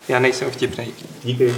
Já nejsem vtipnej. Díky.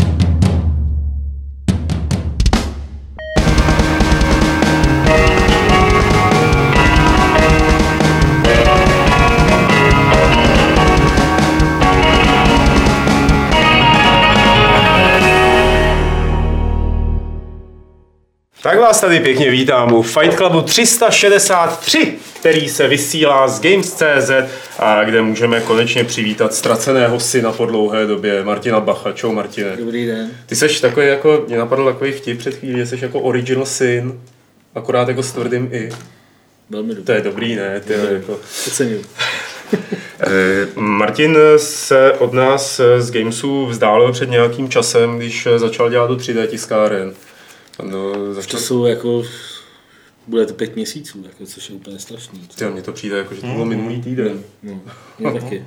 Tak vás tady pěkně vítám u Fight Clubu 363, který se vysílá z Games.cz a kde můžeme konečně přivítat ztraceného syna po dlouhé době, Martina Bacha. Čau Martine. Dobrý den. Ty seš takový jako, mě napadl takový vtip před chvílí, že seš jako original syn, akorát jako s tvrdým i. Velmi dobrý. To je dobrý, ne? Ty jako... Oceňuji. Martin se od nás z Gamesu vzdálil před nějakým časem, když začal dělat do 3D tiskáren. No, To jsou jako, bude to 5 měsíců, jako, což je úplně strašný. Mně to přijde jako, že to bylo minulý týden. No, mě taky.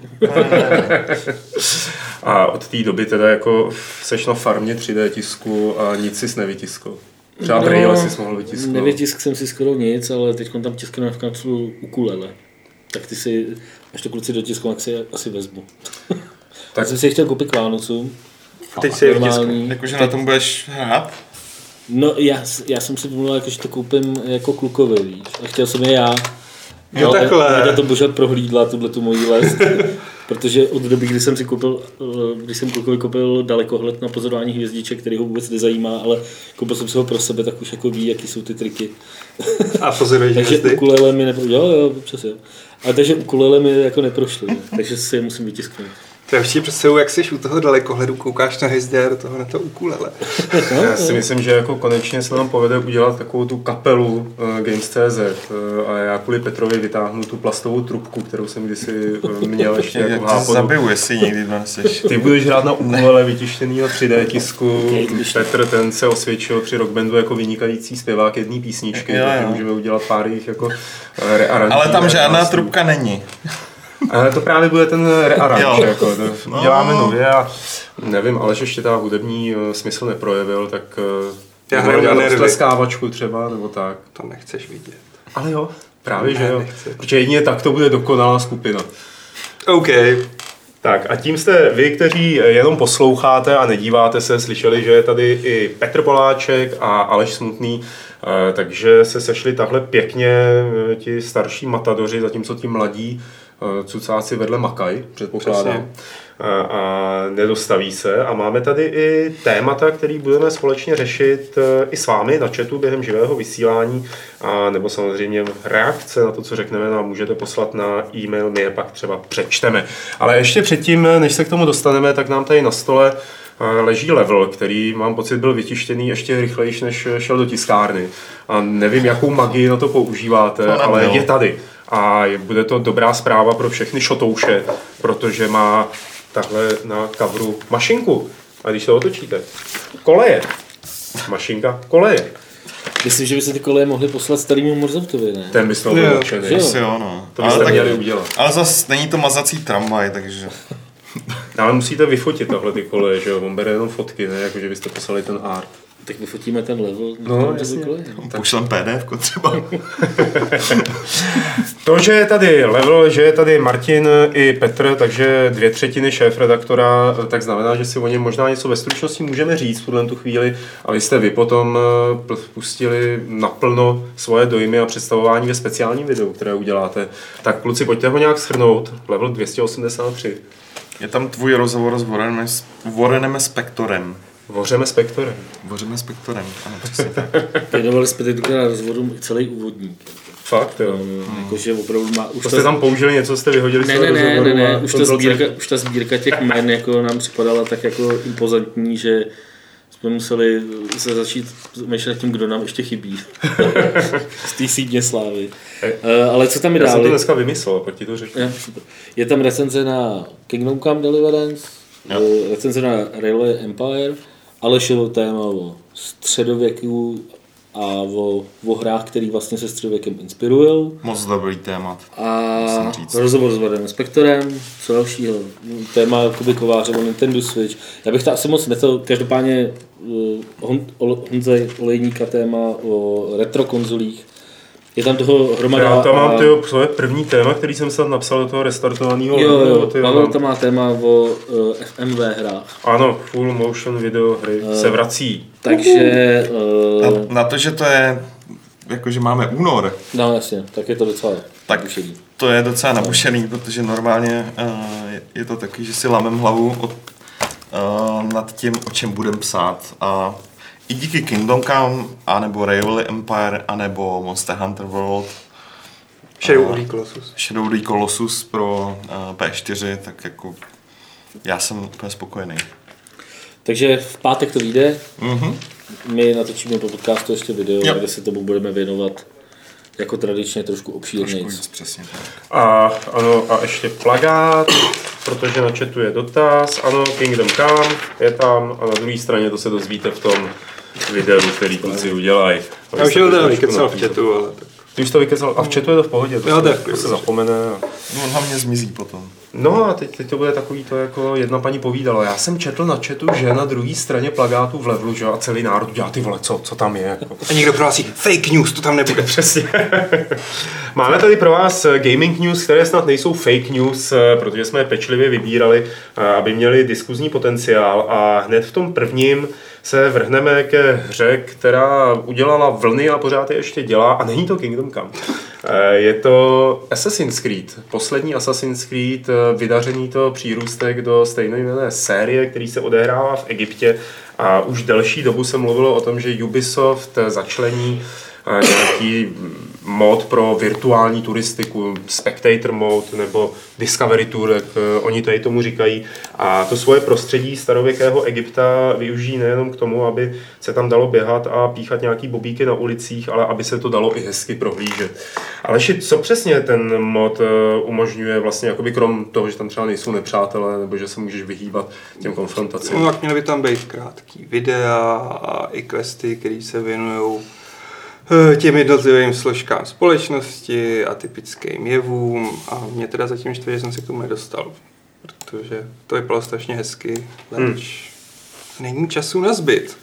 A od té doby teda jako seš na farmě 3D tisku a nic jsi nevytiskl. Třeba brejle jsi mohl vytisknout. Nevytisk jsem si skoro nic, ale teď tam tiskneme v kanclu ukulele. Tak ty si, až to kluci dotisknou, tak si asi vezmu. Tak jsem si chtěl koupit k Vánocům. A teď si je vytiskl. Jakože na tom budeš hrát? No já jsem si vymluvil, že to koupím jako klukovi, víš. A chtěl jsem je já. Jo, takhle. Měla to božat prohlídla, tuhletu mojí les. Protože od doby, kdy jsem klukovi koupil dalekohled na pozorování hvězdiček, který ho vůbec nezajímá, ale koupil jsem si ho pro sebe, tak už jako ví, jaký jsou ty triky. A pozoruješ takže ukulele mi neprošly. Jo, občas jo. Ale takže ukulele mi jako neprošly, takže si je musím vytisknout. To je představu, jak jsi u toho dalekohledu, koukáš na hvězdě a do toho na to ukulele. Já si myslím, že jako konečně se nám povede udělat takovou tu kapelu Games.cz a já kvůli Petrovi vytáhnu tu plastovou trubku, kterou jsem kdysi měl ještě jako hápodu. Zabiju, jestli někdy doneseš. Ty budeš hrát na ukulele vytištěnýho 3D tisku. Petr ten se osvědčil při rockbandu jako vynikající zpěvák jedné písničky, takže můžeme udělat pár jich jako rearanží. Ale tam žádná trubka není. Ale to právě bude ten rearanž, jako, děláme nově a nevím, ale ještě ta hudební smysl neprojevil, tak já hraju na nervy. Tleskávačku třeba, nebo tak. To nechceš vidět. Ale jo, právě že jo, nechci. Protože jedině tak to bude dokonalá skupina. OK. Tak a tím jste vy, kteří jenom posloucháte a nedíváte se, slyšeli, že je tady i Petr Poláček a Aleš Smutný, takže se sešli takhle pěkně ti starší matadoři, zatímco ti mladí cucáci vedle makaj, předpokládám, a nedostaví se. A máme tady i témata, který budeme společně řešit i s vámi na chatu během živého vysílání, a nebo samozřejmě reakce na to, co řekneme, nám můžete poslat na e-mail, my je pak třeba přečteme. Ale ještě předtím, než se k tomu dostaneme, tak nám tady na stole leží level, který mám pocit byl vytištěný ještě rychlejší, než šel do tiskárny. A nevím, jakou magii na to používáte, ale je tady. A bude to dobrá zpráva pro všechny šotouše, protože má takhle na coveru mašinku. A když se otočíte, koleje. Mašinka koleje. Myslím, že by se ty koleje mohly poslat starýmu Morzovtovi, ne? Ten bys to byl určený. Jo, no. To byste měli udělat. Ale zase není to mazací tramvaj, takže... Ale musíte vyfotit tahle ty koleje, že jo? On bere jenom fotky, ne? Jako, že byste poslali ten art. Tak vyfotíme ten level. No, jasně. Pošlem PDF třeba. To, že je tady level, že je tady Martin i Petr, takže 2/3 šéfredaktora, tak znamená, že si o něm možná něco ve stručnosti můžeme říct v tuhle tu chvíli, a vy potom pustili naplno svoje dojmy a představování ve speciálním videu, které uděláte. Tak kluci, pojďte ho nějak shrnout. Level 283. Je tam tvůj rozhovor s Warrenem Spectorem. Vořeme Spektorem. Vořeme Spektorem, ano, přesně tak. Věnovali jsme tentokrát rozvodu celý úvodník. Fakt, jo. Jakože opravdu má... Už to jste tam použili něco, jste vyhodili z toho rozhovoru? Ne, už ta sbírka těch jmen jako nám připadala tak jako impozantní, že jsme museli se začít myšlet tím, kdo nám ještě chybí. Z té sídně slávy. Ale co tam je dál? Já jsem to dneska vymyslel, pojď ti to řeknu. Je tam recenze na Kingdom Come Deliverance, recenze na Railway Empire, Alešovo téma o středověku a o hrách, který vlastně se středověkem inspirují. Moc dobrý témat. A rozhovor s Warrenem Spectorem, co dalšího, téma Kuby Kováře o Nintendo Switch. Já bych to asi moc každopádně Honze Olejníka téma o retro konzolích Je tam toho hromada. Já tam mám svoje první téma, který jsem snad napsal do toho restartovaného. Jo, Pavel tam má téma o FMV hrách. Ano, full motion video hry se vrací. Takže... Na to, že to je, jakože máme únor. No jasně, tak je to docela tak nabušený. To je docela nabušený, protože normálně je to taky, že si lámem hlavu nad tím, o čem budem psát. A i díky Kingdom Come, anebo Railway Empire, anebo Monster Hunter World. Shadow of the Colossus. Shadow of the Colossus pro P4, tak jako já jsem úplně spokojený. Takže v pátek to vyjde. My natočíme po podcastu ještě video, kde se tomu budeme věnovat jako tradičně trošku obšírněji. Přesně tak. A ano, a ještě plagát, protože na chatu je dotaz. Ano, Kingdom Come je tam a na druhé straně to se dozvíte v tom videu, který kluci udělají. Já už to vykecal v chatu, ale tak. Ty už to vykecal a v chatu je to v pohodě, to se zapomene. No on hlavně zmizí potom. No a teď to bude takový to, jako jedna paní povídala. Já jsem četl na chatu, že na druhé straně plagátu v levelu, že a celý národ dělá ty vole, co tam je. Jako. A někdo prohlásí, fake news, to tam nebude. Přesně. Máme tady pro vás gaming news, které snad nejsou fake news, protože jsme je pečlivě vybírali, aby měli diskuzní potenciál a hned v tom prvním se vrhneme ke hře, která udělala vlny a pořád je ještě dělá a není to Kingdom Come. Je to Assassin's Creed, poslední Assassin's Creed, vydařený to přírůstek do stejnojmenné série, který se odehrává v Egyptě a už delší dobu se mluvilo o tom, že Ubisoft začlení nějaký mod pro virtuální turistiku, Spectator mode nebo Discovery Tour, jak oni tady tomu říkají. A to svoje prostředí starověkého Egypta využijí nejenom k tomu, aby se tam dalo běhat a píchat nějaký bobíky na ulicích, ale aby se to dalo i hezky prohlížet. Ale co přesně ten mod umožňuje vlastně, jakoby krom toho, že tam třeba nejsou nepřátelé nebo že se můžeš vyhýbat těm konfrontacím? No tak měly by tam být krátký videa a i questy, které se věnují těm jednotlivým složkám společnosti a typickým jevům a mě teda zatím štve, že jsem se k tomu nedostal, protože to vypadalo strašně hezky, leč není času na zbyt.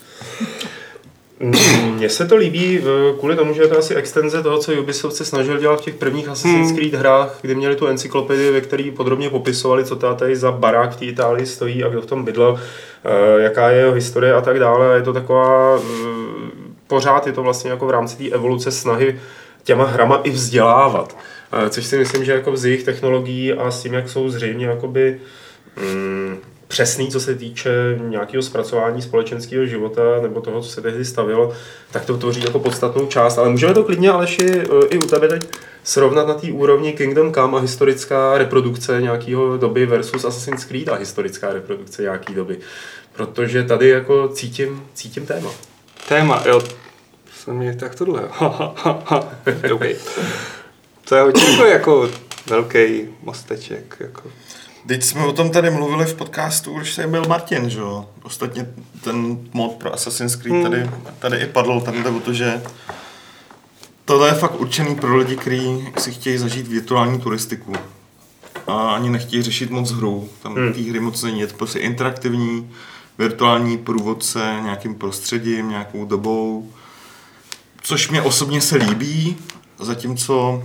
Mně se to líbí kvůli tomu, že je to asi extenze toho, co Ubisoft se snažil dělat v těch prvních Assassin's Creed hrách, kdy měli tu encyklopedii, ve které podrobně popisovali, co tady za barák v té Itálii stojí a kdo v tom bydlel, jaká je jeho historie a tak dále. Je to taková... Pořád je to vlastně jako v rámci té evoluce snahy těma hrama i vzdělávat. Což si myslím, že jako z jejich technologií a s tím, jak jsou zřejmě jakoby přesný, co se týče nějakého zpracování společenského života nebo toho, co se tehdy stavilo, tak to tvoří jako podstatnou část. Ale můžeme to klidně, Aleši, i u tebe teď srovnat na té úrovni Kingdom Come a historická reprodukce nějakého doby versus Assassin's Creed a historická reprodukce nějaké doby. Protože tady jako cítím téma. Téma, jo. Tak tohle. Okay. To je hodně jako velký mosteček. Jako. Teď jsme o tom tady mluvili v podcastu, když tady byl Martin, že jo? Ostatně ten mod pro Assassin's Creed tady i padl, tam jde o to, že tohle je fakt určený pro lidi, kteří si chtějí zažít virtuální turistiku a ani nechtějí řešit moc hru. Tam té hry moc není, je to prostě interaktivní, virtuální průvodce nějakým prostředím, nějakou dobou, což mě osobně se líbí, zatímco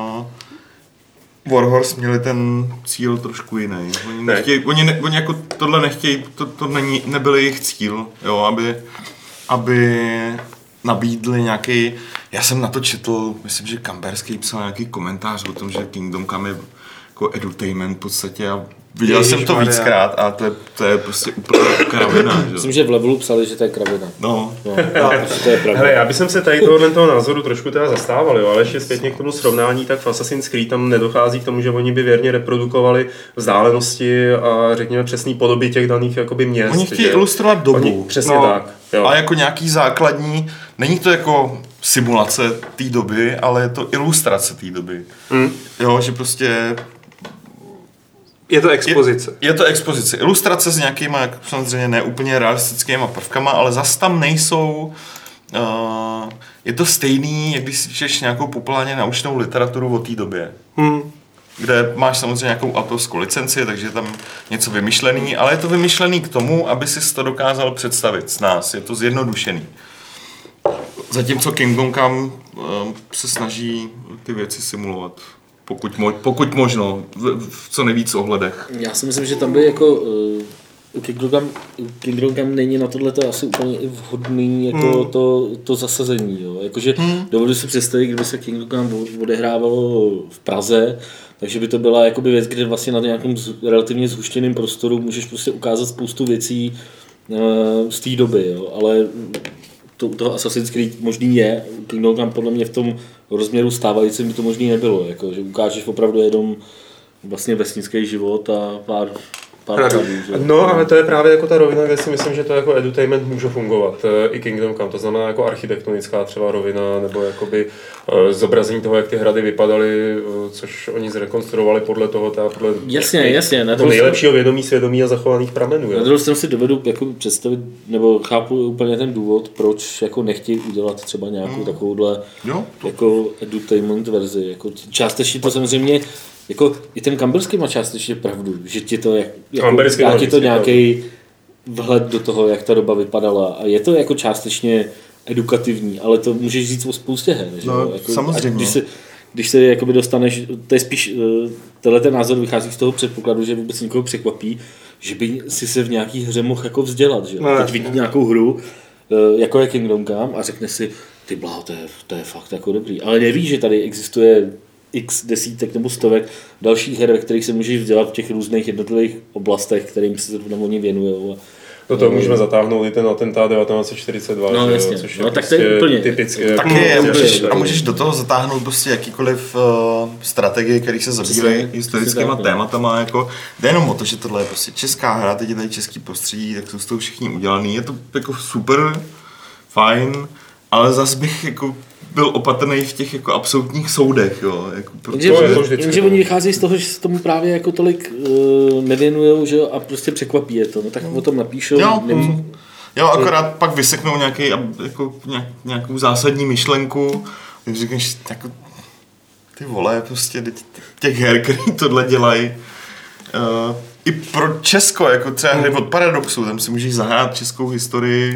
Warhorse měli ten cíl trošku jiný. Oni jako tohle nechtějí, to nebyl jejich cíl, jo, aby nabídli nějaký, já jsem na to četl, myslím, že Kamberský psal nějaký komentář o tom, že Kingdom Come je jako edutainment v podstatě a viděl jsem to víckrát a to je prostě úplně kravina. Že? Myslím, že v levelu psali, že to je kravina. No. To je pravda. Hele, já bych se tady toho názoru trošku teda zastával, jo, ale ještě zpětně k tomu srovnání, tak v Assassin's Creed tam nedochází k tomu, že oni by věrně reprodukovali vzdálenosti a řekněme přesný podoby těch daných jakoby měst. Oni chtějí ilustrovat dobu. Přesně tak. Jo. A jako nějaký základní, není to jako simulace té doby, ale je to ilustrace té doby. Jo, že prostě... Je to expozice. Je to expozice. Ilustrace s nějakýma, samozřejmě ne úplně realistickýma prvkama, ale zas tam nejsou... je to stejný, jak když si čteš nějakou populárně naučnou literaturu o té době. Kde máš samozřejmě nějakou autorskou licenci, takže je tam něco vymyšlený, ale je to vymyšlený k tomu, aby si to dokázal představit s nás. Je to zjednodušený. Zatímco Kingdom Come se snaží ty věci simulovat. Pokud možno, v co nejvíc ohledech. Já si myslím, že tam by jako Kingdom Come není na tohleto asi úplně i vhodný jako to zasazení. Jo. Jakože dovedu si představit, kdyby se Kingdom Come odehrávalo v Praze, takže by to byla jakoby věc, kde vlastně na nějakém relativně zhuštěném prostoru můžeš prostě ukázat spoustu věcí z té doby, jo. Ale toho Assassin's Creed možný je, Kingdom Come podle mě v tom rozměru stávajícím by to možný nebylo, jako, že ukážeš opravdu jenom vlastně vesnický život a pár hradů. No ale to je právě jako ta rovina, kde si myslím, že to jako edutainment může fungovat i Kingdom Come, to znamená jako architektonická třeba rovina, nebo jakoby zobrazení toho, jak ty hrady vypadaly, což oni zrekonstruovali podle toho, podle jasně, na nejlepšího vědomí, svědomí a zachovaných pramenů. Na druhou stranu si dovedu jako představit, nebo chápu úplně ten důvod, proč jako nechtějí udělat třeba nějakou takovouhle jako edutainment verzi. Jako částečně to samozřejmě jako i ten Kamberský má částečně pravdu, že ti to dá ti to nějaký vhled do toho, jak ta doba vypadala a je to jako částečně edukativní, ale to můžeš říct o spoustě her. Že? No, jako, samozřejmě. Když se jakoby dostaneš, to je spíš, tenhle názor vychází z toho předpokladu, že vůbec někoho překvapí, že by si se v nějaký hře mohl jako vzdělat. Že? No, teď vidí nějakou hru, jako je Kingdom Come a řekne si, ty bláho, to je fakt jako dobrý, ale neví, že tady existuje x desítek nebo stovek dalších her, ve kterých se můžeš vzdělat v těch různých jednotlivých oblastech, kterým se oni věnují. No to můžeme zatáhnout i ten atentát 1942, no, jasně. Což je tak to je úplně typické. A můžeš do toho zatáhnout prostě jakýkoliv strategie, který se zabývají historickýma tématama. Jako, jde jenom o to, že tohle je prostě česká hra, teď je tady český prostředí, tak jsou z toho všichni udělaný. Je to jako super, fajn, ale zas bych jako byl opatrný v těch jako absolutních soudech, jo. Jako, jenže oni vycházejí z toho, že se tomu právě jako tolik nevěnujou, že jo, a prostě překvapí je to, no tak o tom napíšou. Jo, akorát pak vyseknou nějakou zásadní myšlenku, když řekneš, jako, ty vole, prostě těch her, který tohle dělají, i pro Česko, jako třeba hry od Paradoxu, tam si můžeš zahrát českou historii,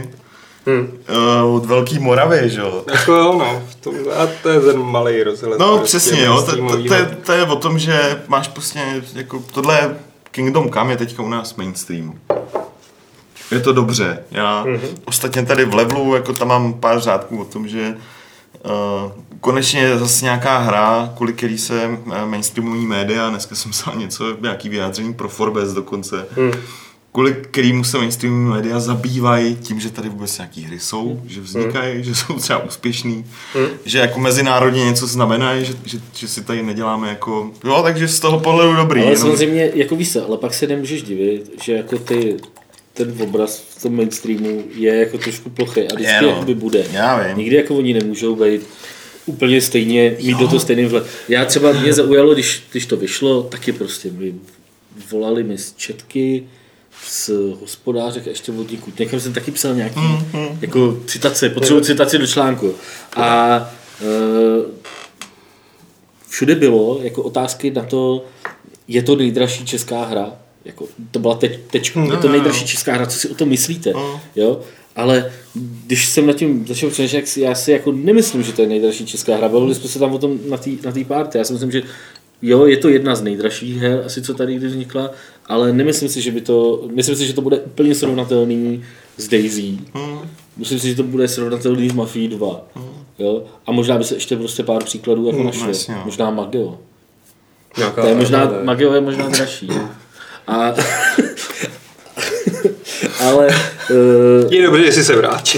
od Velký Moravy, že jo? Jako jo, no, a to je ten malej rozhled. No přesně, jo, to je o tom, že máš prostě, jako tohle Kingdom Come je teďka u nás mainstream. Je to dobře, ostatně tady v Levelu, jako tam mám pár řádků o tom, že konečně je zase nějaká hra, kvůli který se mainstreamují média, dneska jsem psal nějaký vyjádření pro Forbes dokonce, kvůli kterému se mainstreamový média zabývají tím, že tady vůbec nějaký hry jsou, že vznikají, že jsou třeba úspěšný, že jako mezinárodně něco znamenají, že si tady neděláme jako, jo, takže z toho pohledu dobrý. Ale samozřejmě, jako víš se, ale pak se nemůžeš divit, že jako ten obraz v tom mainstreamu je jako trošku plochý a vždycky jakoby bude. Nikdy jako oni nemůžou být úplně stejně, mít do toho stejný vhled. Já třeba mě zaujalo, když to vyšlo, taky prostě volali mi z Četky, z Hospodářek ještě od někud. Někam jsem taky psal nějaký jako citace, potřebuji citaci do článku. A všude bylo jako otázky na to, je to nejdražší česká hra. Jako, to byla tečka, je to nejdražší česká hra, co si o tom myslíte. Jo? Ale když jsem nad tím začal přemýšlet, já si jako nemyslím, že to je nejdražší česká hra. Bavili jsme se tam o tom na té party. Já si myslím, že jo, je to jedna z nejdražších her, asi co tady kdy vznikla, ale nemyslím si, myslím si, že to bude úplně srovnatelný s Daisy. Myslím si, že to bude srovnatelný s Mafii 2. Jo? A možná by se ještě prostě pár příkladů jako našlo. Možná Magio. Magio je možná dražší. Ale je dobře, jestli se vrátil.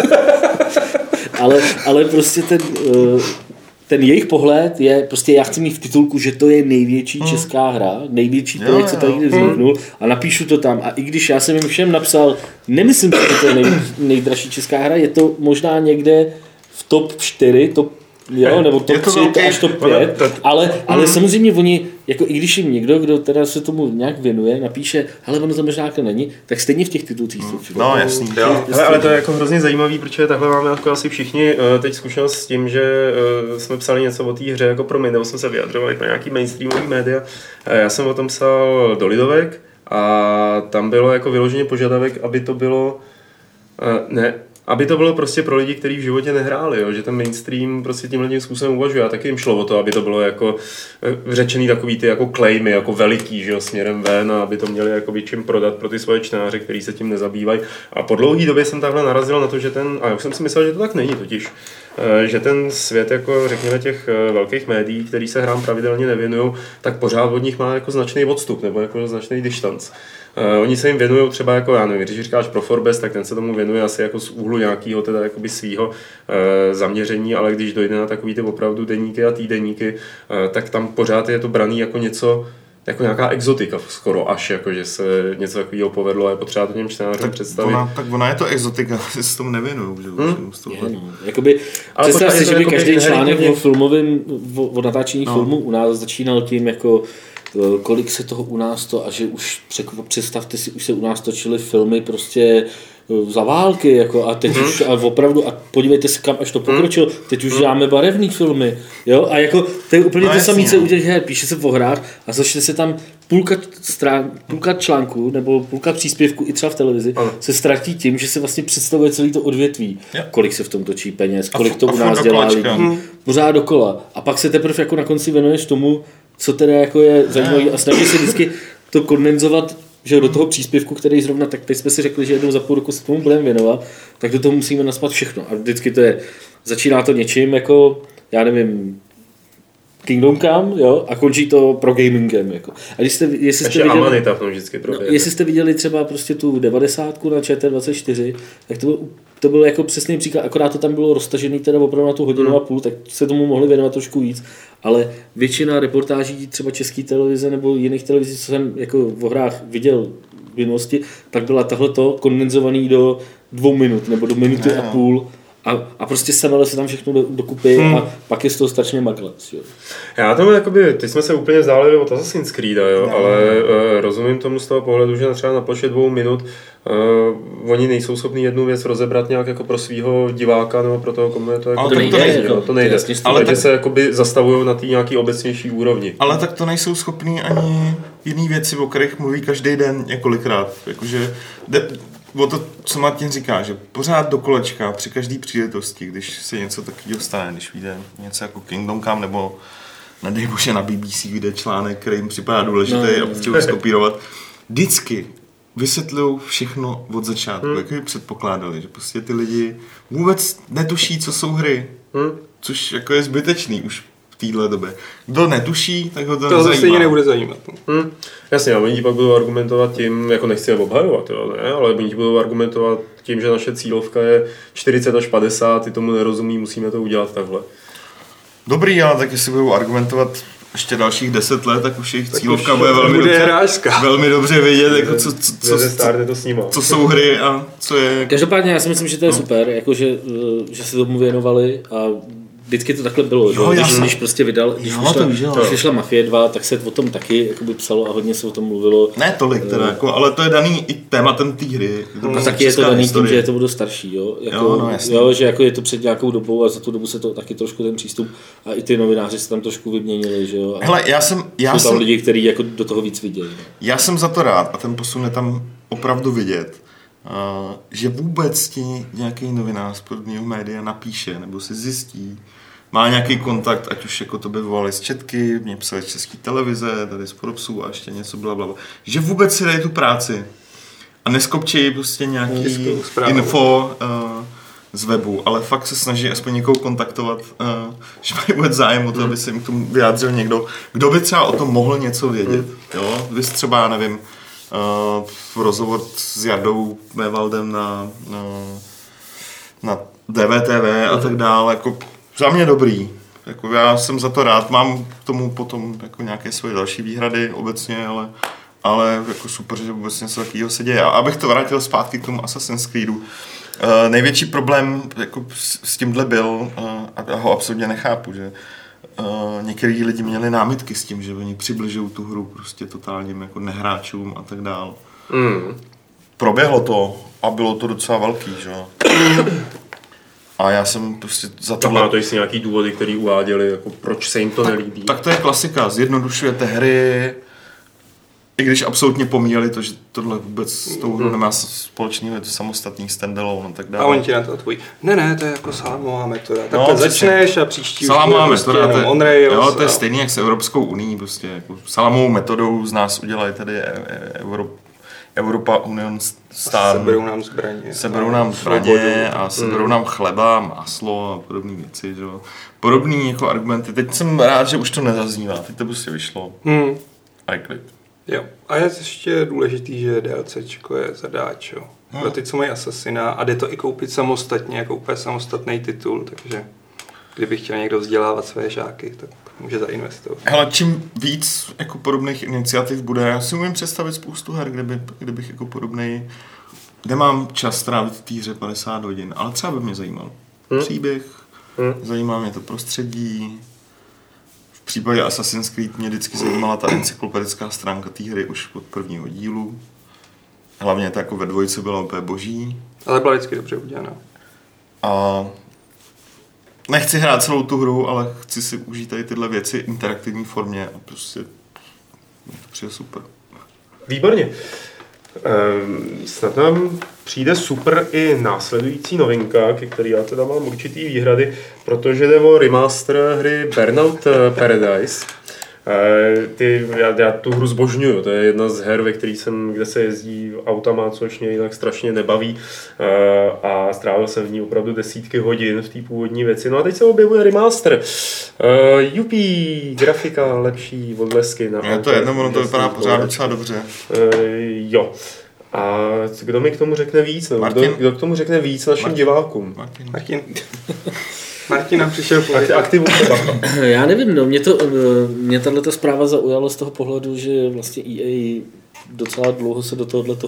ale prostě ten jejich pohled je, prostě já chci mít v titulku, že to je největší česká hra, největší projekt, co tady kdy vzniknul a napíšu to tam. A i když já jsem jim všem napsal, nemyslím, že to je nejdražší česká hra, je to možná někde v top 4, nebo top 3 až top 5, ale samozřejmě oni, jako i když jim někdo, kdo teda se tomu nějak věnuje, napíše, hele, ono to možná jako není, tak stejně v těch titulcích jsou všude. No jasný. Ale to je jako hrozně zajímavý, protože takhle máme jako asi všichni teď zkušenost s tím, že jsme psali něco o té hře jako pro mě, nebo jsme se vyjadřovali na nějaký mainstreamový média. Já jsem o tom psal do Lidovek a tam bylo jako vyloženě požadavek, aby to bylo aby to bylo prostě pro lidi, kteří v životě nehráli, jo? Že ten mainstream prostě tímhle způsobem uvažuje. A taky jim šlo o to, aby to bylo jako řečený takový ty jako claimy, jako veliký, že jo, směrem ven, a aby to měli jako čím prodat pro ty svoje čtenáře, kteří se tím nezabývají. A po dlouhé době jsem takhle narazil na to, že a já jsem si myslel, že to tak není totiž, že ten svět, jako řekněme těch velkých médií, který se hrám pravidelně nevěnují, tak pořád od nich má jako značný odstup nebo jako značný distanc. Oni se jim věnují třeba jako, já nevím, když říkáš pro Forbes, tak ten se tomu věnuje asi jako z úhlu nějakého teda jakoby svýho zaměření, ale když dojde na takový ty opravdu deníky a týdeníky, tak tam pořád je to braný jako něco, jako nějaká exotika skoro až, jako že se něco takového povedlo a je potřeba to těm čtenářům představit. Ona je to exotika, že se tomu nevěnují. Jakoby, představ si, že by každý článek o filmovém, o natáčení filmu u nás začínal tím, jako kolik se toho u nás to, a že už představte si, už se u nás točily filmy prostě za války, jako, a teď už a opravdu, a podívejte se, kam až to pokročilo, teď už děláme barevný filmy, jo, a jako to je úplně to samé, co u těch her, píše se o hrách a začne se tam půlka článku nebo půlka příspěvku i třeba v televizi se ztratí tím, že se vlastně představuje celý to odvětví, kolik se v tom točí peněz, kolik to u nás dělá lidí, pořád dokola, a pak se teprve jako na konci věnuješ tomu, co teda jako je zajímavé, a snaží se vždycky to kondenzovat, že do toho příspěvku, který zrovna, tak teď jsme si řekli, že jednou za půl roku se tomu budeme věnovat, tak do toho musíme naspat všechno. A vždycky to je, začíná to něčím jako, já nevím, Kingdom Come, jo, a končí to pro gamingem, jako. A jestli jste viděli třeba prostě tu 90 na ČT24, tak to byl jako přesný příklad, akorát to tam bylo roztažený teda opravdu na tu hodinu a půl, tak se tomu mohli věnovat trošku víc, ale většina reportáží třeba České televize nebo jiných televizí, co jsem jako v hrách viděl v minulosti, tak byla tahleto kondenzovaný do 2 minut nebo do minuty a půl. A prostě semele se tam všechno dokupy a pak je z toho strašně maglec. Já tomu jakoby, teď jsme se úplně vzdálili od Assassin's Creed, jo, ale rozumím tomu z toho pohledu, že třeba na ploše 2 minut oni nejsou schopni jednu věc rozebrat nějak jako pro svýho diváka nebo pro toho, komu je to jako to nejde. Ale takže se jakoby zastavují na té nějaký obecnější úrovni. Ale tak to nejsou schopní ani jiný věci, o kterých mluví každý den několikrát. Jakože o to, co Martin říká, že pořád do kolečka při každé příležitosti, když se něco takového stane, když vyjde něco jako Kingdom Come, nebo nedej bože na BBC vyjde článek, který jim připadá důležitý a potřebuji skopírovat, vždycky vysvětlují všechno od začátku, jak by předpokládali, že prostě ty lidi vůbec netuší, co jsou hry, což jako je zbytečný už v téhle době. Kdo netuší, tak ho to nezajímá. To stejně nebude zajímat. Jasně, a oni ti pak budou argumentovat tím, jako nechci je obhajovat, jo, ne? Ale oni ti budou argumentovat tím, že naše cílovka je 40 až 50, ty tomu nerozumí, musíme to udělat takhle. Dobrý, ale tak jestli budou argumentovat ještě dalších 10 let, tak už jejich cílovka bude velmi dobře vědět, jako co jsou hry a co je... Každopádně já si myslím, že to je super, jako že se tomu věnovali a vždycky to takhle bylo, jo, když prostě vydal, když vyšla Mafie 2, tak se o tom taky jakoby psalo a hodně se o tom mluvilo. Ne tolik teda, jako, ale to je daný i tématem té hry. A taky je to daný historie. Tím, že je to bude starší, jo? Jako, jo, že jako je to před nějakou dobou a za tu dobu se to taky trošku ten přístup a i ty novináři se tam trošku vyměnili, že jo? Hele, jsou tam lidi, kteří jako do toho víc vidějí. No. Já jsem za to rád a ten posun je tam opravdu vidět. Že vůbec ti nějaký novinář z podobného média napíše nebo si zjistí, má nějaký kontakt, ať už jako to by volali z Četky, mě psali z České televize, tady z Forbesů a ještě něco blablabla. Že vůbec si dají tu práci a neskopčejí prostě nějaký info z webu, ale fakt se snaží aspoň někoho kontaktovat, že mají vůbec zájem o to, aby se jim k tomu vyjádřil někdo, kdo by třeba o tom mohl něco vědět. Jo? Vy třeba, nevím, rozhovor s Jardou Mévaldem na DVTV a tak dále, jako za mě dobrý. Jako já jsem za to rád, mám k tomu potom jako nějaké svoje další výhrady obecně, ale jako super, že vůbec něco takového se děje. A abych to vrátil zpátky k tomu Assassin's Creedu, největší problém jako s tímhle byl, a já ho absolutně nechápu, že některý lidi měli námitky s tím, že oni přibližují tu hru prostě totálním jako nehráčům a tak dál. Proběhlo to a bylo to docela velký, že jo. A já jsem prostě za to... Tak má to jistě nějaký důvody, který uváděli, jako proč se jim to nelíbí. Tak to je klasika, zjednodušujete hry, I když absolutně pomíjeli to, že tohle vůbec s tou hrou nemá společného, je to samostatný standalone a tak dále. A oni ti na to odpoví, ne, to je jako salámová metoda. Takhle začneš a příští salámová metoda, prostě on Rails. Jo, to je stejný jak s Evropskou unií, prostě jako salámovou metodou z nás udělají tady Evropa Union Star. Seberou nám zbraně a seberou nám chleba, maslo a podobné věci, že jo. Podobný jako argumenty. Teď jsem rád, že už to nezaznívá, teď to prostě vyšlo. A je klid. Jo. A je ještě důležitý, že DLCčko je zadáč, jo. Pro ty, co mají Assassina, a jde to i koupit samostatně, jako úplně samostatný titul, takže kdyby chtěl někdo vzdělávat své žáky, tak může zainvestovat. Hele, čím víc jako podobných iniciativ bude, já si umím představit spoustu her, kdybych jako podobnej, kde mám čas strávit v té hře 50 hodin, ale třeba by mě zajímal příběh, zajímá mě to prostředí. V případě Assassin's Creed mě vždycky zajímala ta encyklopedická stránka té hry už od prvního dílu. Hlavně to jako ve dvojce bylo úplně boží. Ale byla vždycky dobře udělaná. A nechci hrát celou tu hru, ale chci si užít tady tyhle věci v interaktivní formě a prostě to přijde super. Výborně. Snad nám přijde super i následující novinka, ke který já teda mám určitý výhrady, protože jde o remaster hry Burnout Paradise. Já tu hru zbožňuju, to je jedna z her, kde se jezdí autama, což mě jinak strašně nebaví a strávil jsem v ní opravdu desítky hodin v té původní věci. No a teď se objevuje remaster. Jupí, grafika lepší, odblesky. Je to jedno, ono to vypadá pořád docela dobře. Jo. A kdo mi k tomu řekne víc? Kdo k tomu řekne víc našim divákům? Martin nám přišel aktivu. Já nevím, no, mě tato zpráva zaujala z toho pohledu, že vlastně EA docela dlouho se do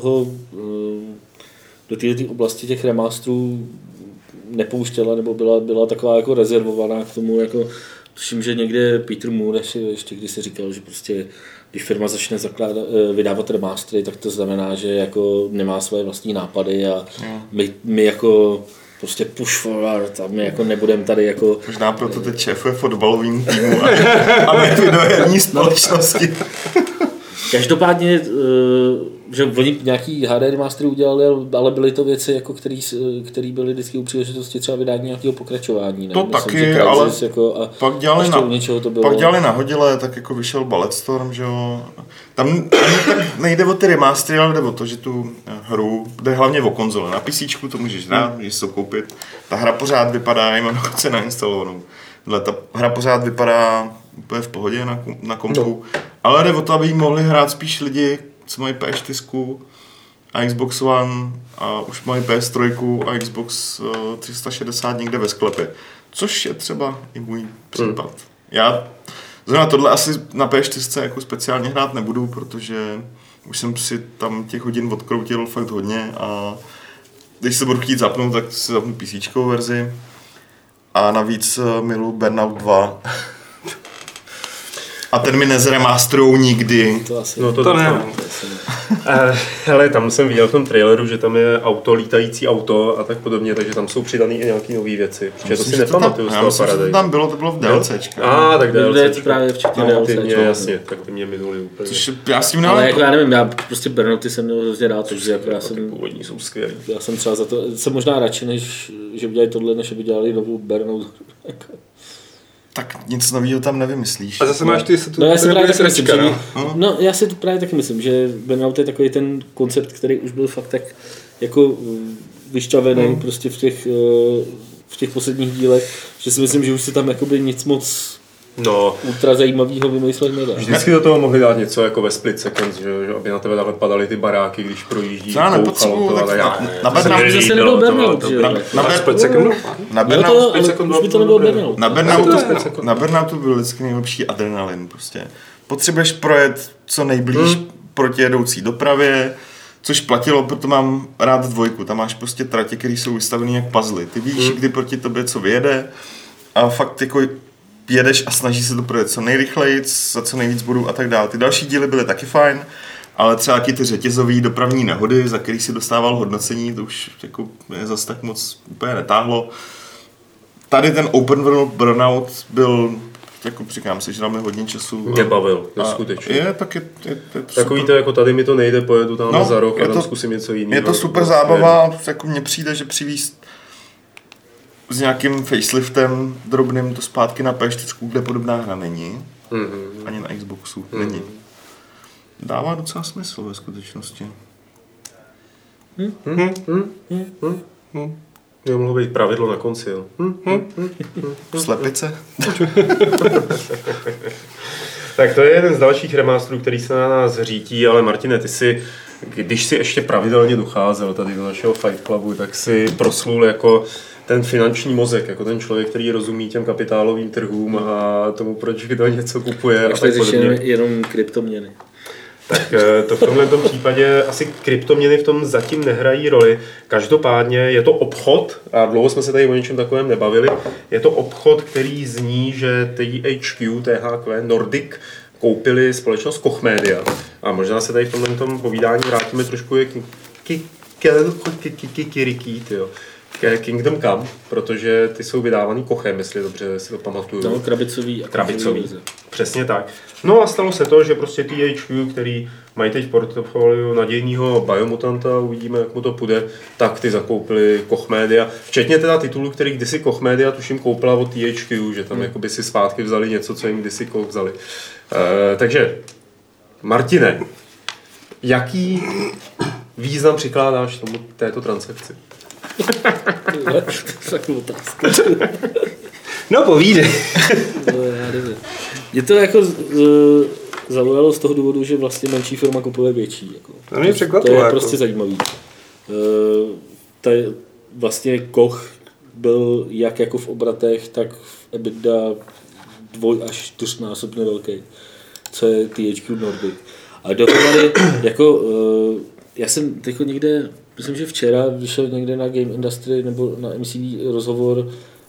této oblasti těch remasterů nepouštěla, nebo byla taková jako rezervovaná k tomu, jako tuším, že někde Peter Moore ještě když si říkal, že prostě když firma začne vydávat remastery, tak to znamená, že jako nemá své vlastní nápady a my jako prostě push forward a my jako nebudeme tady jako... Možná proto teď šéfuje fotbalovým týmu a ne videoherní společnosti. Každopádně, že oni nějaký HD remastery udělali, ale byly to věci, jako které byly vždycky u příležitosti třeba vydání nějakého pokračování. To taky, ale jako, a pak dělali nahodile, tak jako vyšel Bulletstorm, že jo. Tam tak nejde o ty remastery, ale jde o to, že tu hru jde hlavně o konzole. Na PCčku to můžeš dát, můžeš to koupit. Ta hra pořád vypadá, já mám dokonce nainstalovanou. Ta hra pořád vypadá úplně v pohodě na kompu, ale jde o to, aby jí mohli hrát spíš lidi, co mají PS4 a Xbox One a už mají PS3 a Xbox 360 někde ve sklepě. Což je třeba i můj případ. Já zrovna tohle asi na PS4 jako speciálně hrát nebudu, protože už jsem si tam těch hodin odkroutil fakt hodně a když se budu chtít zapnout, tak si zapnu PCčkovou verzi. A navíc miluji Burnout 2. A ten mi nezremasterujou nikdy. To ne. Hele, tam jsem viděl v tom traileru, že tam je lítající auto a tak podobně, takže tam jsou přidaný i nějaké nové věci. Protože to si nepamatuju z toho Paradise. To tam bylo, to bylo v DLCčku. Tak DLCčku. Právě včetně DLCčku. Jasně, tak ty mě minuli úplně. Ale jako já nevím, já prostě Burnouty jsem měl hrozně rád, takže jako já jsem... Původní jsou skvělý. Já jsem třeba za to, jsem možná radši, než že udělají tohle, než aby dělali novou Burnout. Tak nic nového tam nevymyslíš. A zase máš ty se tu... No já si právě taky myslím, že... No já si to právě taky myslím, že Burnout je takový ten koncept, který už byl fakt tak jako vyšťavený prostě v těch posledních dílech, že si myslím, že už se tam jakoby nic moc ultra zajímavého vymyslet nedá. Vždycky do toho mohli dát něco jako ve Split Seconds, že aby na tebe takhle padaly ty baráky, když projíždí. Já nepotřebuju, tak na Burnout zase nebyl Burnout, že jo? Na Split Seconds? Na Burnoutu byl vždycky nejlepší adrenalin prostě. Potřebuješ projet co nejblíž protijedoucí dopravě, což platilo, proto mám rád dvojku. Tam máš prostě tratě, které jsou vystavené jak puzzle. Ty víš, kdy proti tobě co vyjede a fakt jako jedeš a snaží se to projet co nejrychleji, za co nejvíc bodů a tak dále. Ty další díly byly taky fajn, ale třeba ty řetězové dopravní nehody, za který si dostával hodnocení, to už jako mě zase tak moc úplně netáhlo. Tady ten Open World Burnout byl jako říkám, sežral mi hodně času. Nebavil, neskutečně. Je, tak je to takový super. to, jako tady mi to nejde, pojedu tam za rok a tam zkusím něco jiného. Je to super zábava, jako mně přijde, že přivízt s nějakým faceliftem drobným to zpátky na P4, kde podobná hra není. Ani na Xboxu není. Dává docela smysl ve skutečnosti. To mohlo být pravidlo na konci, jo. Slepice? Tak to je jeden z dalších remasterů, který se na nás řítí, ale Martine, ty si, když si ještě pravidelně docházel tady do našeho Fight Clubu, tak si proslul jako ten finanční mozek, jako ten člověk, který rozumí těm kapitálovým trhům a tomu, proč kdo něco kupuje a tak podobně. Jenom kryptoměny. Tak to v tomhle případě asi kryptoměny v tom zatím nehrají roli. Každopádně je to obchod, a dlouho jsme se tady o něčem takovém nebavili, je to obchod, který zní, že THQ Nordic koupili společnost Koch Media. A možná se tady v tomhle povídání vrátíme trošku k Kingdom Come, protože ty jsou vydávaný Kochem, jestli dobře si to pamatuju. No, krabicový. Přesně tak. No a stalo se to, že prostě THQ, který mají teď v portfoliu nadějného Biomutanta, uvidíme, jak mu to půjde, tak ty zakoupili Koch Media. Včetně teda titulu, který kdysi Koch Media tuším koupila od THQ, že tam jakoby si zpátky vzali něco, co jim kdysi Koch vzali. Takže, Martine, jaký význam přikládáš tomu této transakci? Takovou otázku. No povídej. Je to jako zaujalo z toho důvodu, že vlastně menší firma kupuje větší. Jako. To mě překvapilo. To je jako. prostě zajímavý. Vlastně Koch byl jak jako v obratech, tak v EBITDA 2 až 4násobně velký, co je THQ Nordic. A dohromady, jako, já jsem teď někde, myslím, že včera vyšel někde na Game Industry nebo na MCV rozhovor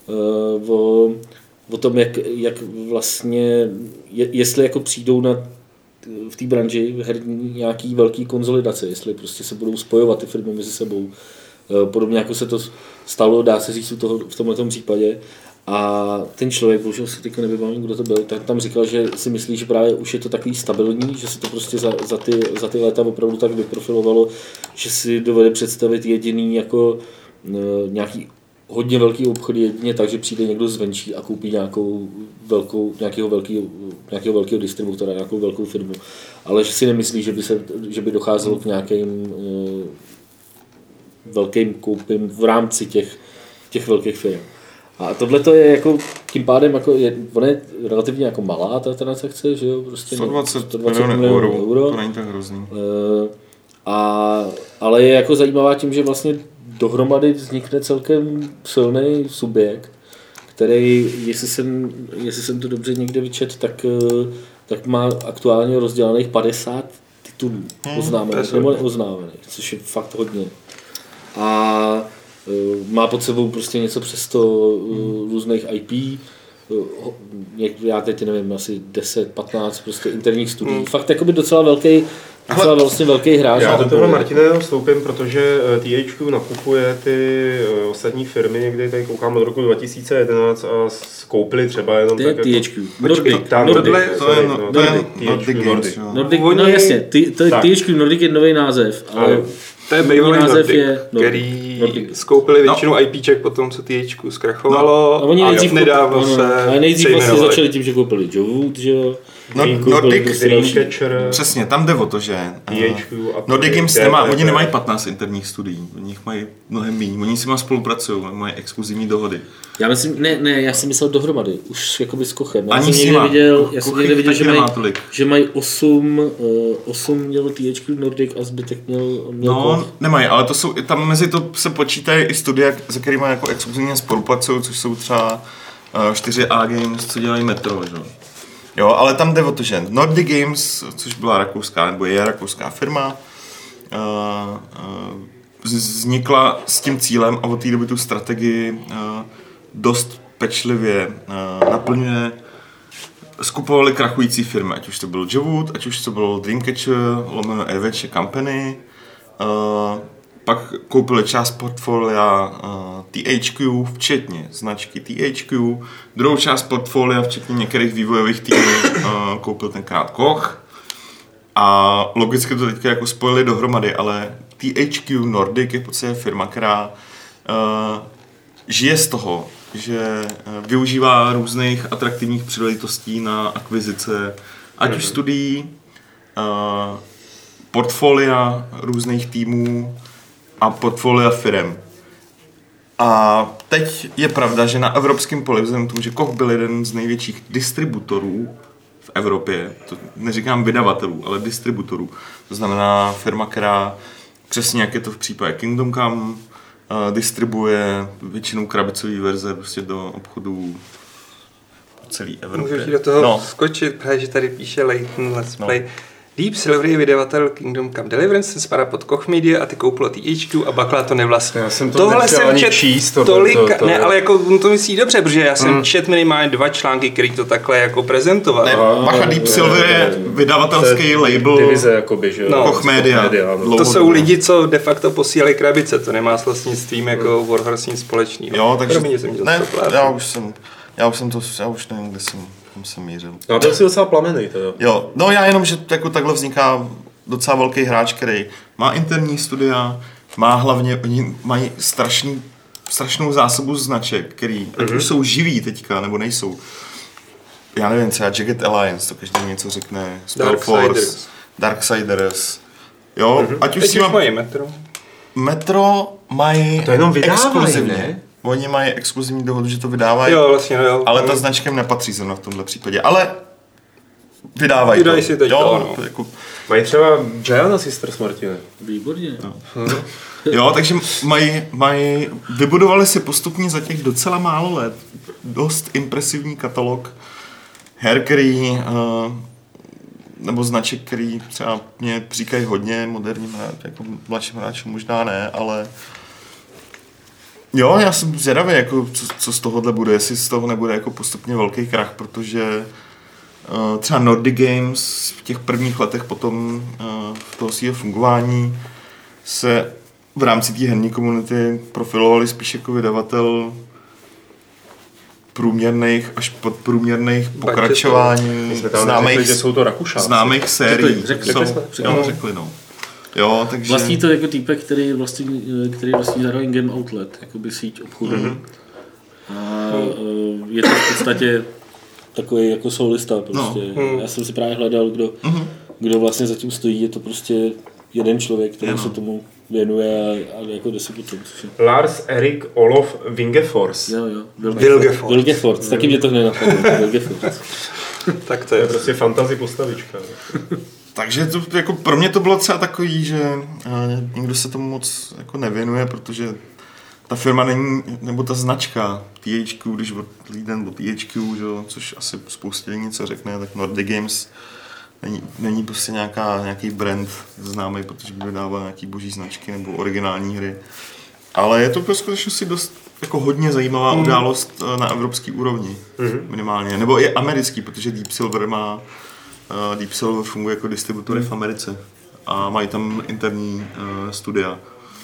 o tom, jak vlastně, jestli jako přijdou v té branži herní nějaký velký konsolidace, jestli prostě se budou spojovat ty firmy mezi sebou. Podobně jako se to stalo, dá se říct v tomto případě. A ten člověk, bohužel si teďka nevybavím, kdo to byl, tak tam říkal, že si myslí, že právě už je to takový stabilní, že se to prostě za ty léta opravdu tak vyprofilovalo, že si dovede představit jediný jako nějaký hodně velký obchod jedině tak, že přijde někdo zvenčí a koupí nějakého velkého distributora, nějakou velkou firmu. Ale že si nemyslí, že by docházelo k nějakým velkým koupím v rámci těch velkých firm. A tohle to je jako tím pádem jako ona je relativně jako malá ta transakce, že jo, prostě 120 milionů euro, to není tak hrozný. Ale je jako zajímavá tím, že vlastně dohromady vznikne celkem silný subjekt, který, jestli jsem to dobře někde vyčet, tak má aktuálně rozdělaných 50 titulů oznámených nebo neoznámených, což je fakt hodně. A má pod sebou prostě něco přes 100 různých IP, já teď nevím, asi 10-15 prostě interních studií. Fakt jakoby docela vlastně velký hráč. Já do toho, Martine, vstoupím, protože THQ nakupuje ty ostatní firmy, někdy tady koukám od roku 2011 a koupili třeba jenom tak jako... THQ. Nordic. Nordic, no jasně, THQ Nordic je nový název, ale to je bývalý Nordic, který skoupili většinu IPček po tom, co THQ zkrachovalo a nedávno se nejdřív vlastně začali tím, že koupili Jovut, že jo. Nordic, přesně, tam jde o to, že Nordic Games oni nemají 15 interních studií, oni jich mají mnohem méně, oni s nimi spolupracují, mají exkluzivní dohody. Já myslím, já jsem myslel dohromady, už jakoby s Kochem. Já jsem někde viděl, že mají 8 mělo THQ Nordic a zbytek měl Koch. Nemají, ale to jsou, tam mezi to se počítají i studia, se kterými jako exkluzivně spolupracují, což jsou třeba 4A Games, co dělají Metro, že? Jo, ale tam jde o to, že Nordic Games, což byla rakouská, nebo je rakouská firma, vznikla s tím cílem a od té doby tu strategii dost pečlivě naplňuje. Skupovali krachující firmy, ať už to byl Jovut, ať už to byl Dreamcatcher, lomeno Eveche Company. pak koupili část portfolia THQ, včetně značky THQ, druhou část portfolia, včetně některých vývojových týmů, koupil tenkrát Koch. A logicky to teďka jako spojili dohromady, ale THQ Nordic je v podstatě firma, která žije z toho, že využívá různých atraktivních příležitostí na akvizice, ať už studií, portfolia různých týmů a portfolia firem. A teď je pravda, že na evropském poli, vzhledem k tomu, že Koch byl jeden z největších distributorů v Evropě, to neříkám vydavatelů, ale distributorů. To znamená firma, která přesně jak je to v případě Kingdom Come, distribuje většinou krabicové verze prostě do obchodů celé Evropě. Můžu do toho skočit, protože tady píše Leighton Let's Play. Deep Silver je vydavatel Kingdom Come Deliverance, spádá pod Koch Media a ty koupilo THQ a Bakla to nevlastní. Já jsem to nechtěl ani číst. Ne, ale jako on to myslí dobře, protože já jsem čet minimálně 2 články, který to takhle jako prezentoval. Ne, bacha, Deep Silver je vydavatelský label divize, jakoby, že Koch Media. To jsou lidi, co de facto posílají krabice, to nemá s vlastnictvím jako Warhorse nic společného. Jo, takže já už nevím, kde jsem mířil. No, byl jsi docela plamený teda. Jo, no já jenom, že jako takhle vzniká docela velký hráč, který má interní studia, má hlavně, oni mají strašnou zásobu značek, který ať už jsou živí teďka, nebo nejsou. Já nevím, třeba Jagged Alliance, to každý něco řekne, Spellforce, Darksiders. Jo, ať už si mají Metro mají exkluzivně. Oni mají exkluzivní dohodu, že to vydávají, jo, vlastně, jo. Ale ta značka jim nepatří zrovna v tomhle případě. Ale vydávají to. Si teď jo, to jako... Mají třeba Giant Sisters, Martine. Výborně. No. Jo, takže vybudovali si postupně za těch docela málo let dost impresivní katalog her, který, nebo značek, který třeba mě říkají hodně moderním hráčům, jako mladším hráčům možná ne, ale jo, já jsem zvědavý, jako, co z tohohle bude, jestli z toho nebude jako postupně velký krach, protože třeba Nordic Games v těch prvních letech potom v toho svého fungování se v rámci té herní komunity profilovali spíš jako vydavatel průměrných až podprůměrných pokračování známých sérií. Řekli. Jo, takže... Vlastní to jako týpek, který vlastní zároveň Game Outlet, jakoby síť obchodů. A je to v podstatě takový jako solista prostě. Já jsem si právě hledal, kdo vlastně zatím stojí, je to prostě jeden člověk, který se tomu věnuje a jako jde si potom. Lars Erik Olof Wingefors. Jo. Wilgefortz. Taky mě to nenapadlo. Wilgefortz. Tak to je prostě fantasy postavička. Takže to, jako pro mě to bylo třeba takový, že nikdo se tomu moc jako nevěnuje, protože ta firma není, nebo ta značka THQ, když lidem o THQ, že, což asi spoustě lidí něco řekne, tak Nordic Games není prostě nějaký brand známý, protože by vydával nějaký boží značky nebo originální hry. Ale je to prostě si dost jako hodně zajímavá událost na evropské úrovni minimálně, nebo i americký, protože Deep Silver funguje jako distributory v Americe a mají tam interní studia.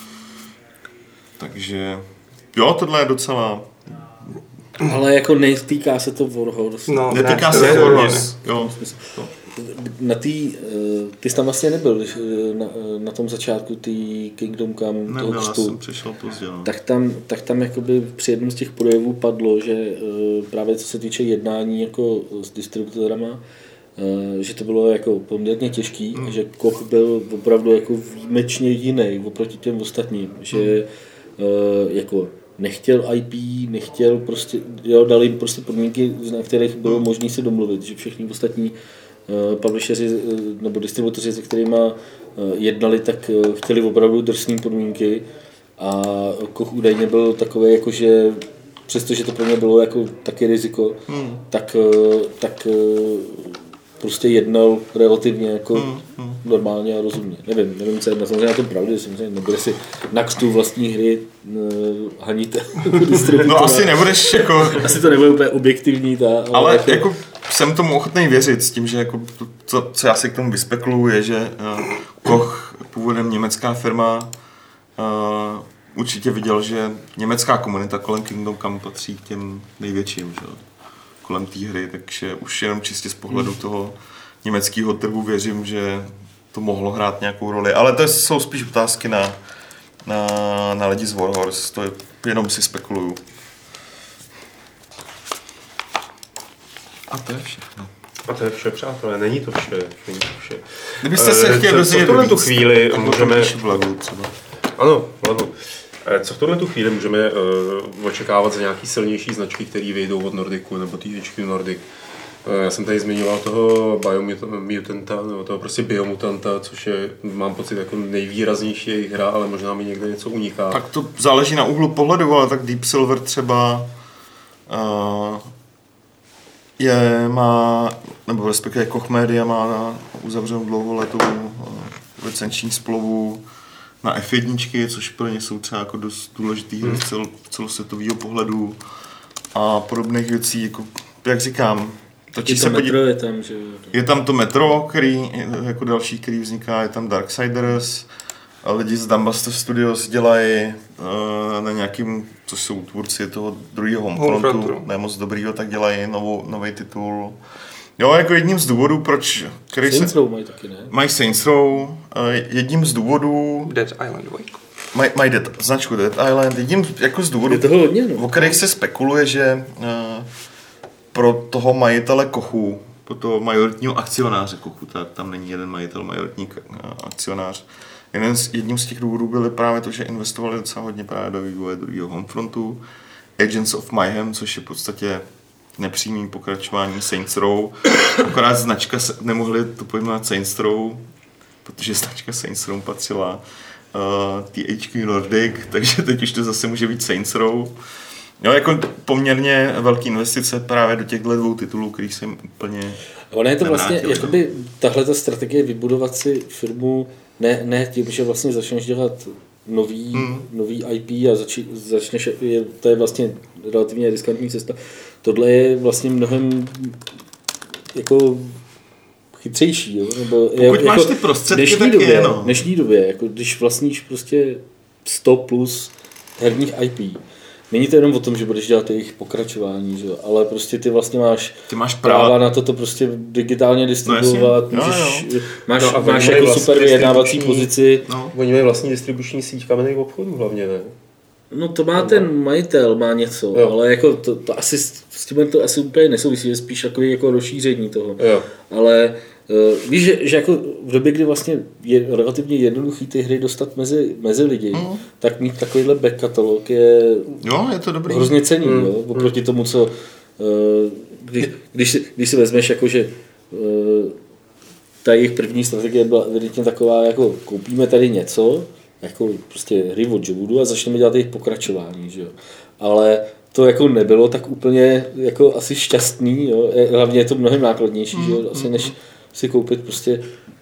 Takže jo, tohle je docela... Ale jako netýká se to Warhorse. No, netýká se Warhorse. Jo. Na ty jsi tam vlastně nebyl, na tom začátku tý Kingdom Come toho křtu. Jsem přišel pozdě. No. Tak tam jakoby při jednom z těch projevů padlo, že právě co se týče jednání jako s distributorama, že to bylo jako poměrně těžký, že Koch byl opravdu jako výjimečně jiný oproti těm ostatním, že jako nechtěl IP, nechtěl prostě, dali jim prostě podmínky, na kterých bylo možné se domluvit, že všichni ostatní publisheri nebo distributoři, se kterými jednali, tak chtěli opravdu drsné podmínky a Koch údajně byl takový, jako že přestože to pro mě bylo jako taky riziko, tak prostě jednal relativně jako normálně a rozumně. Nevím, co je samozřejmě na tom pravdy, samozřejmě nebude si na křtu vlastní hry hanit distributora. No asi nebudeš jako... Asi to nebude úplně objektivní. Ale jako jsem tomu ochotný věřit s tím, že jako co já si k tomu vyspekuluju, je, že Koch, původem německá firma, určitě viděl, že německá komunita kolem Kingdom Come patří k těm největším, že? Kolem té hry, takže už jenom čistě z pohledu toho německého trhu věřím, že to mohlo hrát nějakou roli, ale to jsou spíš otázky na lidi z Warhorse, to je, jenom si spekuluju. A to je všechno. A to je vše, přátelé, není to vše. Kdybyste se chtěli dozvědět v tuhle tu chvíli můžeme... Vladu třeba. Ano, Vladu. Co v tuhle tu chvíli můžeme očekávat za nějaký silnější značky, které vyjdou od Nordicu nebo THQ Nordic? Já jsem tady zmiňoval toho Biomutanta, nebo toho prostě Biomutanta, což je, mám pocit, jako nejvýraznější jejich hra, ale možná mi někde něco uniká. Tak to záleží na úhlu pohledu, ale tak Deep Silver třeba nebo respektive Koch Media má uzavřenou dlouholetou licenční smlouvu na F1, což pro ně jsou třeba jako dost důležitý hry z celosvětového pohledu a podobných věcí, jako, jak říkám, je tam to Metro, který jako další, který vzniká, je tam Darksiders, a lidi z Dambuster Studios dělají na nějakým, což jsou tvůrci toho druhého Homefrontu, ne moc dobrýho, tak dělají nový titul. Jo, jako jedním z důvodů, proč... Saints Row mají taky, ne? Mají Saints Row, jedním z důvodů... Dead Island 2. Mají značku Dead Island, jedním jako z důvodů, o kterých se spekuluje, že pro toho majitele Kochu, pro toho majoritního akcionáře Kochu, tak tam není jeden majitel, majoritní akcionář. Jedním z těch důvodů byly právě to, že investovali docela hodně právě do vývoje druhého Homefrontu, Agents of Mayhem, což je v podstatě nepřímým pokračování Saints Row. Akorát značka nemohli to pojmenovat Saints Row, protože značka Saints Row patřila THQ Nordic, takže teď už to zase může být Saints Row. Jo, jako poměrně velký investice právě do těchto dvou titulů, který jsem úplně... Ono je to vlastně, jakoby tahle strategie vybudovat si firmu ne tím, že vlastně začneš dělat nový IP a začneš, to je vlastně relativně riskantní cesta. Tohle je vlastně mnohem jako chytřejší, jo? Nebo pokud máš ty prostředky, tak je, no. V dnešní době, jako když vlastníš prostě 100 plus herních IP, není to jenom o tom, že budeš dělat jejich pokračování, že? Ale prostě ty vlastně máš práva na to prostě digitálně distribuovat, máš jako vlastně super vyjednávací pozici. No. Oni mají vlastní distribuční síť kamenných obchodů hlavně, ne? No to má ten majitel, má něco, ale jako to asi s tím to asi úplně nesouvisí, je spíš jako rozšíření toho. Jo. Ale víš, že jako v době, kdy vlastně je relativně jednoduchý ty hry dostat mezi lidi, tak mít takovýhle back katalog je to dobrý. Hrozně cenný, oproti tomu, co když si vezmeš, jako, že ta jejich první strategie byla evidentně taková, jako koupíme tady něco, jako prostě hry od Joboodu a začneme dělat jejich pokračování, že jo. Ale to jako nebylo tak úplně jako asi šťastný, jo. Hlavně je to mnohem nákladnější, že jo, asi než si koupit prostě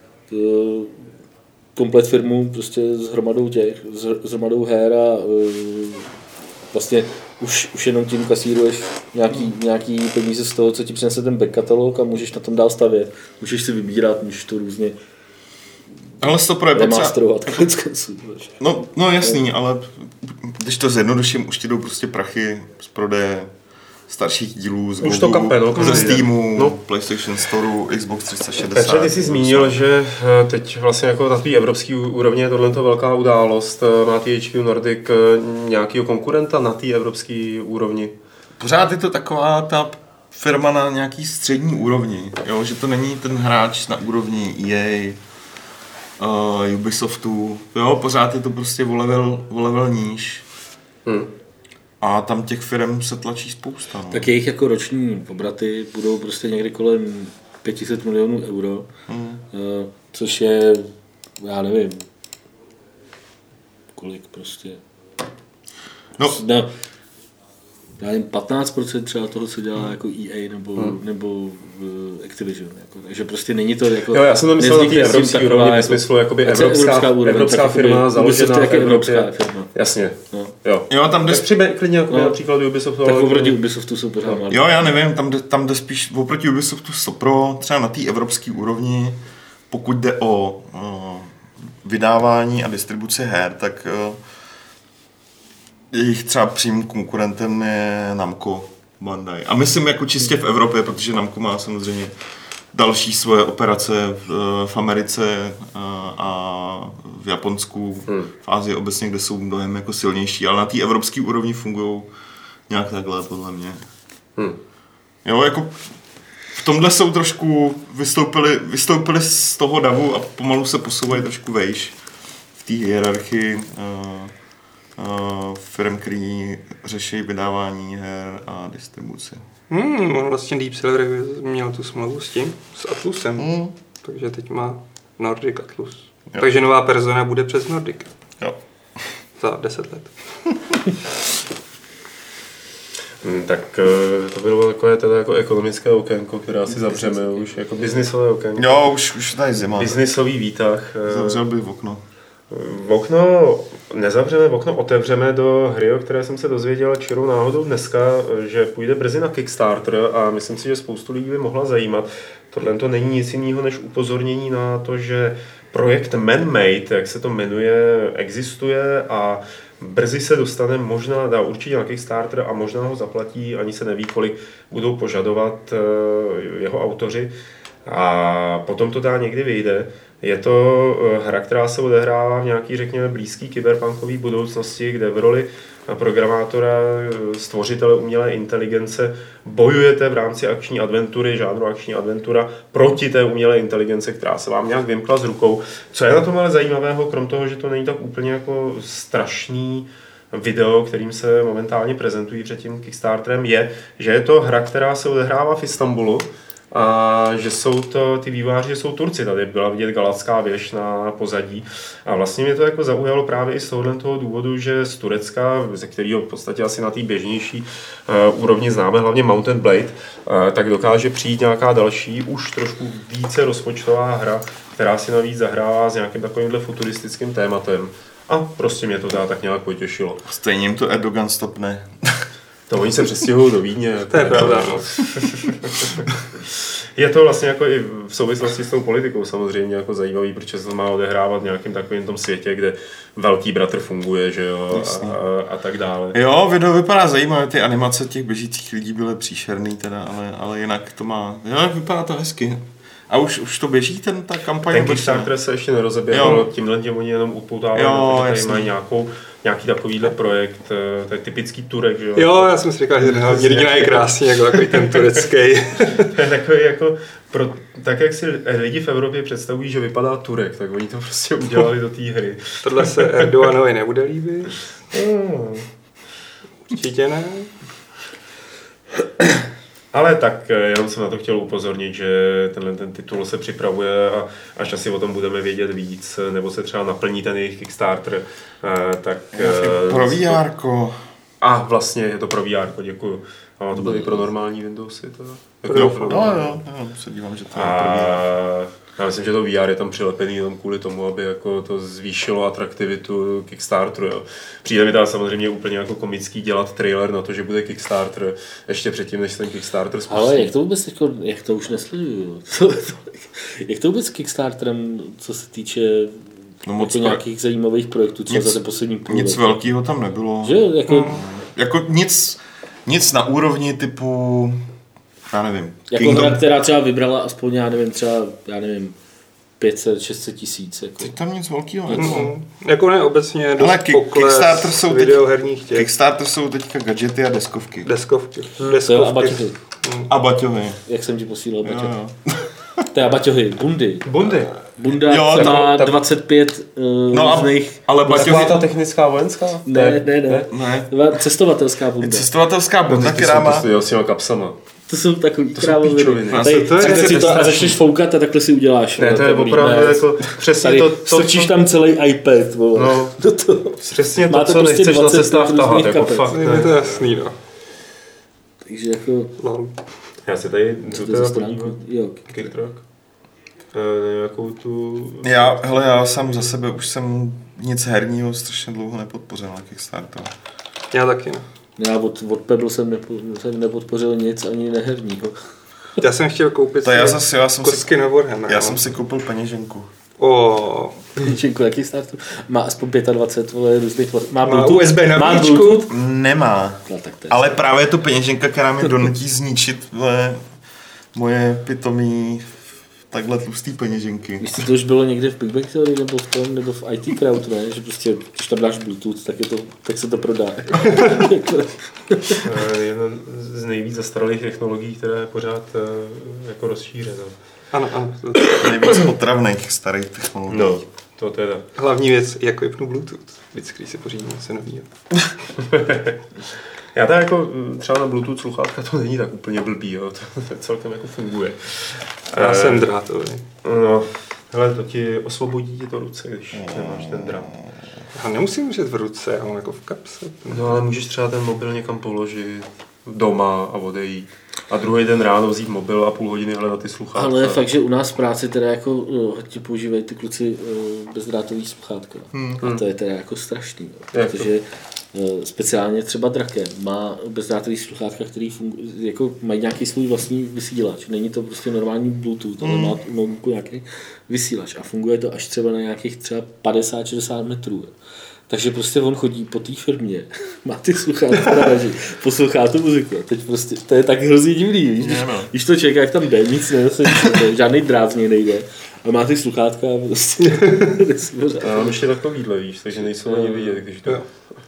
komplet firmu prostě s hromadou her a vlastně už jenom tím kasíruješ nějaký peníze z toho, co ti přinese ten back katalog a můžeš na tom dál stavět. Můžeš si vybírat, můžeš to různě remasterovat. No jasný, ale když to zjednoduším, už ti jdou prostě prachy z prodeje starších dílů z Google, ze Steamu, PlayStation Store, Xbox 360. Petře, ty jsi zmínil, že teď vlastně jako na té evropské úrovni je tohle velká událost. Má THQ Nordic nějakého konkurenta na té evropské úrovni? Pořád je to taková ta firma na nějaký střední úrovni, jo? Že to není ten hráč na úrovni EA, Ubisoftu, jo? Pořád je to prostě o level níž. A tam těch firm se tlačí spousta. No. Tak jejich jako roční obraty budou prostě někdy kolem 500 milionů euro, což je, já nevím, kolik prostě. Já nevím, 15% třeba toho, co dělá jako EA nebo Activision. Jako, takže prostě není to jako... Jo, já jsem to myslel na té evropské úrovni, ve smyslu jakoby evropská firma založená v evropská firma. Jasně. No. Jo, tam jde klidně jako například Ubisoftu. Tak oproti Ubisoftu jsou pořád malé. Jo, já nevím, tam jde spíš oproti Ubisoftu Sopro, třeba na té evropské úrovni, pokud jde o vydávání a distribuci her, tak jejich třeba přímým konkurentem je Namco Bandai. A myslím jako čistě v Evropě, protože Namco má samozřejmě další svoje operace v Americe a v Japonsku, v Asii obecně, kde jsou mnohem jako silnější, ale na té evropské úrovni fungují nějak takhle, podle mě. Jo, jako v tomhle jsou trošku vystoupili z toho davu a pomalu se posouvají trošku vejš v té hierarchii firm, který řeší vydávání her a distribuci. Vlastně Deep Silver měl tu smlouvu s tím, s Atlusem, takže teď má Nordic Atlus. Jo. Takže nová Persona bude přes Nordic. Jo. Za 10 let. Tak to bylo takové teda jako ekonomické okénko, které asi zavřeme už, jako biznisové okénko. Jo, už tady zima. Biznisový výtah. Zavřel bych okno. Okno nezavřeme, okno otevřeme do hry, o které jsem se dozvěděl čirou náhodou dneska, že půjde brzy na Kickstarter a myslím si, že spoustu lidí by mohla zajímat. Tohle to není nic jiného než upozornění na to, že projekt Man-Made, jak se to jmenuje, existuje a brzy se dostane možná, dá určitě na Kickstarter a možná ho zaplatí, ani se neví, kolik budou požadovat jeho autoři a potom to dá někdy vyjde. Je to hra, která se odehrává v nějaký, řekněme, blízký kyberpunkové budoucnosti, kde v roli programátora, stvořitele umělé inteligence bojujete v rámci akční adventury, žánru akční adventura, proti té umělé inteligence, která se vám nějak vymkla z rukou. Co je na tom ale zajímavého, krom toho, že to není tak úplně jako strašný video, kterým se momentálně prezentují před tím Kickstarterem, je, že je to hra, která se odehrává v Istanbulu, a že jsou to, ty vývojáři jsou Turci, tady byla vidět Galatská věž na pozadí a vlastně mě to jako zaujalo právě i z toho důvodu, že z Turecka, ze kterého v podstatě asi na té běžnější úrovni známe hlavně Mountain Blade, tak dokáže přijít nějaká další, už trošku více rozpočtová hra, která si navíc zahrává s nějakým takovýmhle futuristickým tématem a prostě mě to tak nějak potěšilo. Stejně jim to Erdogan stopne. To oni se přestěhují do Vídně. To je pravda. Je to vlastně jako i v souvislosti s tou politikou samozřejmě jako zajímavý, protože se to má odehrávat v nějakém takovém tom světě, kde velký bratr funguje, že jo, a tak dále. Jo, video vypadá zajímavé, ty animace těch běžících lidí byly příšerný teda, ale jinak to má, jo, vypadá to hezky. A už to běží ta kampaň? Ten Kickstarter se ještě nerozeběhl, tímhle těm oni jenom upoutávají, protože tady mají nějaký takovýhle projekt, to je typický Turek, že jo? Jo, já jsem si říkal, že hlavně rodina je krásný, jako takový ten turecký. To je takový jako, tak jak si lidi v Evropě představují, že vypadá Turek, tak oni to prostě udělali do té hry. Tohle se Erdoganovi nebude líbit? Určitě ne. Ale tak jenom jsem na to chtěl upozornit, že ten titul se připravuje a až asi o tom budeme vědět víc, nebo se třeba naplní ten jejich Kickstarter, tak... Pro VR-ko. A vlastně je to pro VR, děkuju. A to bylo i pro normální Windowsy. Jo, se dívám, že to je pro VR. Já myslím, že to VR je tam přilepený jenom kvůli tomu, aby jako to zvýšilo atraktivitu Kickstarteru. Jo. Přijde mi tam samozřejmě úplně jako komický dělat trailer na to, že bude Kickstarter ještě předtím, než ten Kickstarter spustí. Ale jak to vůbec, jak to už nesleduju, jak to vůbec s Kickstarterem, co se týče jako nějakých zajímavých projektů, co za ten poslední půl Nic velkého tam nebylo. Že? Jako nic na úrovni typu... Já nevím. Jako hra, která třeba vybrala aspoň, já nevím, 500-600 tisíc. Jako. Teď tam nic velkého nebylo. Jako ne, obecně dost pokles videoherních těch. Kickstarter jsou teďka gadgety a deskovky. Deskovky. A baťohy. A baťohy. Jak jsem ti posílal baťohy. To je baťohy, bundy. Bunda jo, má 25 různých... Ale baťohy... ta technická vojenská? Ne. Cestovatelská bunda. Cestovatelská bunda, která má... S těma kapsama. To jsou takový krávoviny. A začneš foukat a takhle si uděláš. Ne, to je opravdu jako přesně to... Strčíš tam celý iPad. No, přesně to, co nechceš na cestách tahat. Jako fakt. Je to jasný, no. Takže jako... Já si tady jdu teda podívat. Jo, Kicktrack. Nějakou tu... Já sám za sebe už jsem nic herního strašně dlouho nepodpořil na Kickstarteru. Já taky ne. Já od Pebble jsem nepodpořil nic ani neherního. Já jsem chtěl koupit kostky na Warhammer. Já jsem si koupil peněženku. peněženku na Kickstarteru. Má aspoň 25 různých... Má USB nabíječku? Nemá. No, tak to je Ale právě je to peněženka, která mě donutí zničit moje pitomý takhle tlustý peněženky. Víš, to už bylo někde v Big Bang Theory nebo v IT Crowd, ne? Že prostě, když tam dáš Bluetooth, tak se to prodá. Jedna z nejvíc zastaralých technologií, která je pořád jako rozšířena. Ano. Nejvíc otravných starých technologií. No, to teda. Hlavní věc, jako vypnu Bluetooth. Vždycky, když si pořídím něco novýho. Já tak jako třeba na Bluetooth sluchátka to není tak úplně blbý, jo. To celkem jako funguje. Já jsem drátový. No, hele, to ti osvobodí to ruce, když nemáš ten drát. Já nemusím držet v ruce, já mám jako v kapse. No ale můžeš třeba ten mobil někam položit doma a odejít. A druhý den ráno vzít mobil a půl hodiny hledat ty sluchátka. Ale fakt, že u nás v práci teda jako hodně používají ty kluci bezdrátový sluchátka. A to je teda jako strašný, protože speciálně třeba Draken má bezdrátový sluchátka, který jako mají nějaký svůj vlastní vysílač. Není to prostě normální Bluetooth, ale má u notebooku nějaký vysílač a funguje to až třeba na nějakých třeba 50-60 metrů. Takže prostě on chodí po té firmě, má ty sluchátka na raži, poslouchá tu muziku. Teď prostě, to je tak hrozně divný, víš? Když to čeká, jak tam jde, nic nenese, žádný drát z něj nejde. A má ty sluchátka a prostě Já mám ještě takovýhle, víš, takže nejsou ani vidět, když to...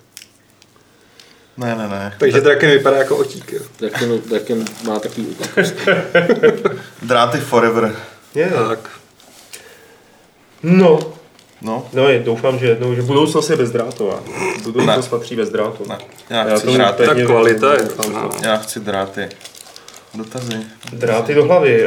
Ne. Takže Draken vypadá jako otík, jo. Draken má takový otík. Dráty forever. Je. Tak. No, doufám, že jednou, že budoucnost je bezdrátová. Budoucnost patří bezdrátu. Já chci dráty. Tak kvalita je. Já chci dráty. Dotazy. Dráty do hlavy.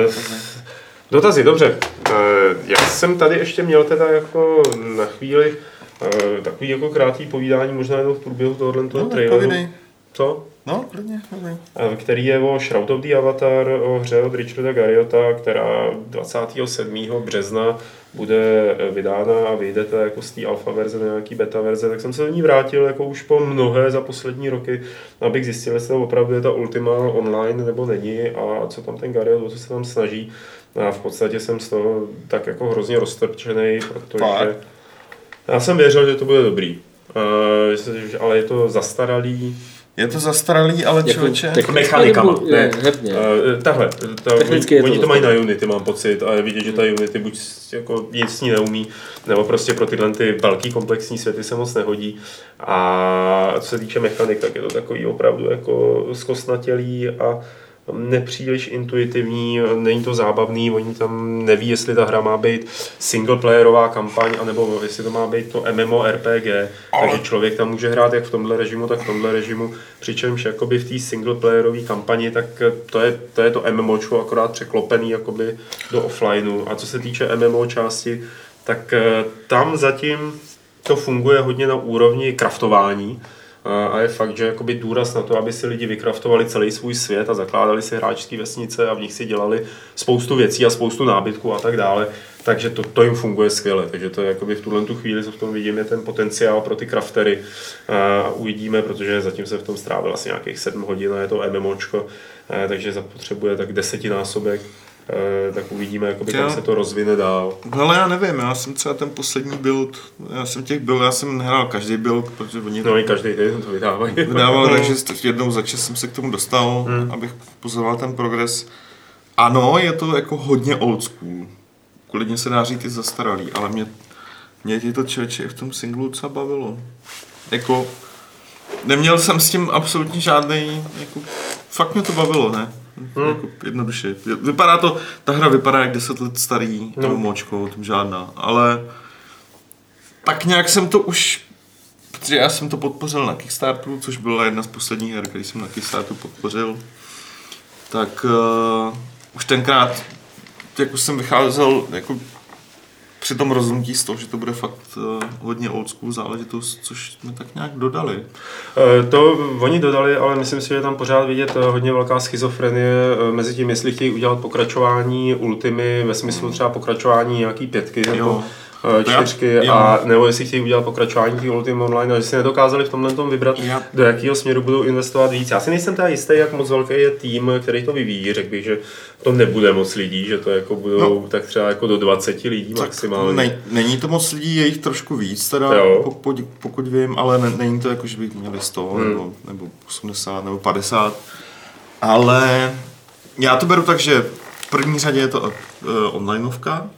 Dotazy, dobře. Já jsem tady ještě měl teda jako na chvíli takový jako krátký povídání, možná jenom v průběhu tohoto traileru. Povídej. Co? No, klidně. Který je o Shroud of the Avatar, o hře od Richarda Garriota, která 27. března bude vydána a vyjde to jako z té alfa verze, nějaký beta verze, tak jsem se do ní vrátil jako už po mnohé za poslední roky, abych zjistil, jestli to opravdu je ta Ultima online nebo není a co tam ten Garriot, o co se tam snaží. A v podstatě jsem z toho tak jako hrozně roztrpčený, protože já jsem věřil, že to bude dobrý, ale je to zastaralý. Je to zastaralý, ale člověče... Mechanikama, ne. Tahle, oni to mají na Unity, mám pocit, a je vidět, že ta Unity buď jako nic s ní neumí, nebo prostě pro tyhle ty velký komplexní světy se moc nehodí. A co se týče mechanik, tak je to takový opravdu jako zkostnatělý a nepříliš intuitivní, není to zábavný, oni tam neví, jestli ta hra má být singleplayerová kampaň, anebo jestli to má být to MMORPG, takže člověk tam může hrát jak v tomhle režimu, tak v tomhle režimu, přičemž jakoby v té singleplayerové kampani, tak to je to MMOčko akorát překlopený jakoby do offlineu. A co se týče MMO části, tak tam zatím to funguje hodně na úrovni craftování, a je fakt, že jakoby důraz na to, aby si lidi vykraftovali celý svůj svět a zakládali si hráčské vesnice a v nich si dělali spoustu věcí a spoustu nábytků a tak dále, takže to jim funguje skvěle. Takže to je jakoby v tuhle chvíli, co v tom vidíme, ten potenciál pro ty craftery a uvidíme, protože zatím se v tom strávil asi nějakých 7 hodin a je to MMOčko, takže zapotřebuje tak 10násobek. Tak uvidíme, jakoby, kam se to rozvine dál. No ale já nevím, já jsem třeba ten poslední build, já jsem nehrál každý build, protože oni i každý den to vydávají. Takže jednou za čas jsem se k tomu dostal, abych pozoroval ten progres. Ano, je to jako hodně old school. Klidně se dá říct i zastaralý, ale mě to člověče i v tom singlu docela bavilo. Jako, neměl jsem s tím absolutně žádnej, jako, fakt mě to bavilo, ne? Jako jednoduše. Ta hra vypadá jak 10 let starý, tou močkou, tam žádná, ale tak nějak jsem to už, protože já jsem to podpořil na Kickstarteru, což byla jedna z posledních her, který jsem na Kickstarteru podpořil, tak už tenkrát jako jsem vycházel jako při tom rozhodnutí z toho, že to bude fakt hodně old school záležitost, což jsme tak nějak dodali. To oni dodali, ale myslím si, že je tam pořád vidět hodně velká schizofrenie mezi tím, jestli chtějí udělat pokračování Ultimy ve smyslu třeba pokračování nějaký 5, nebo 4, a nebo jestli chtějí udělat pokračování těch Ultima Online, a že si nedokázali v tomhle tom vybrat, do jakého směru budou investovat víc. Já si nejsem teda jistý, jak moc velký je tým, který to vyvíjí. Řekl bych, že to nebude moc lidí, že to jako budou tak třeba jako do 20 lidí maximálně. Není to moc lidí, je jich trošku víc, teda, pokud vím, ale není to jako, že by měli 100 nebo 80 nebo 50. Ale já to beru tak, že v první řadě je to onlineovka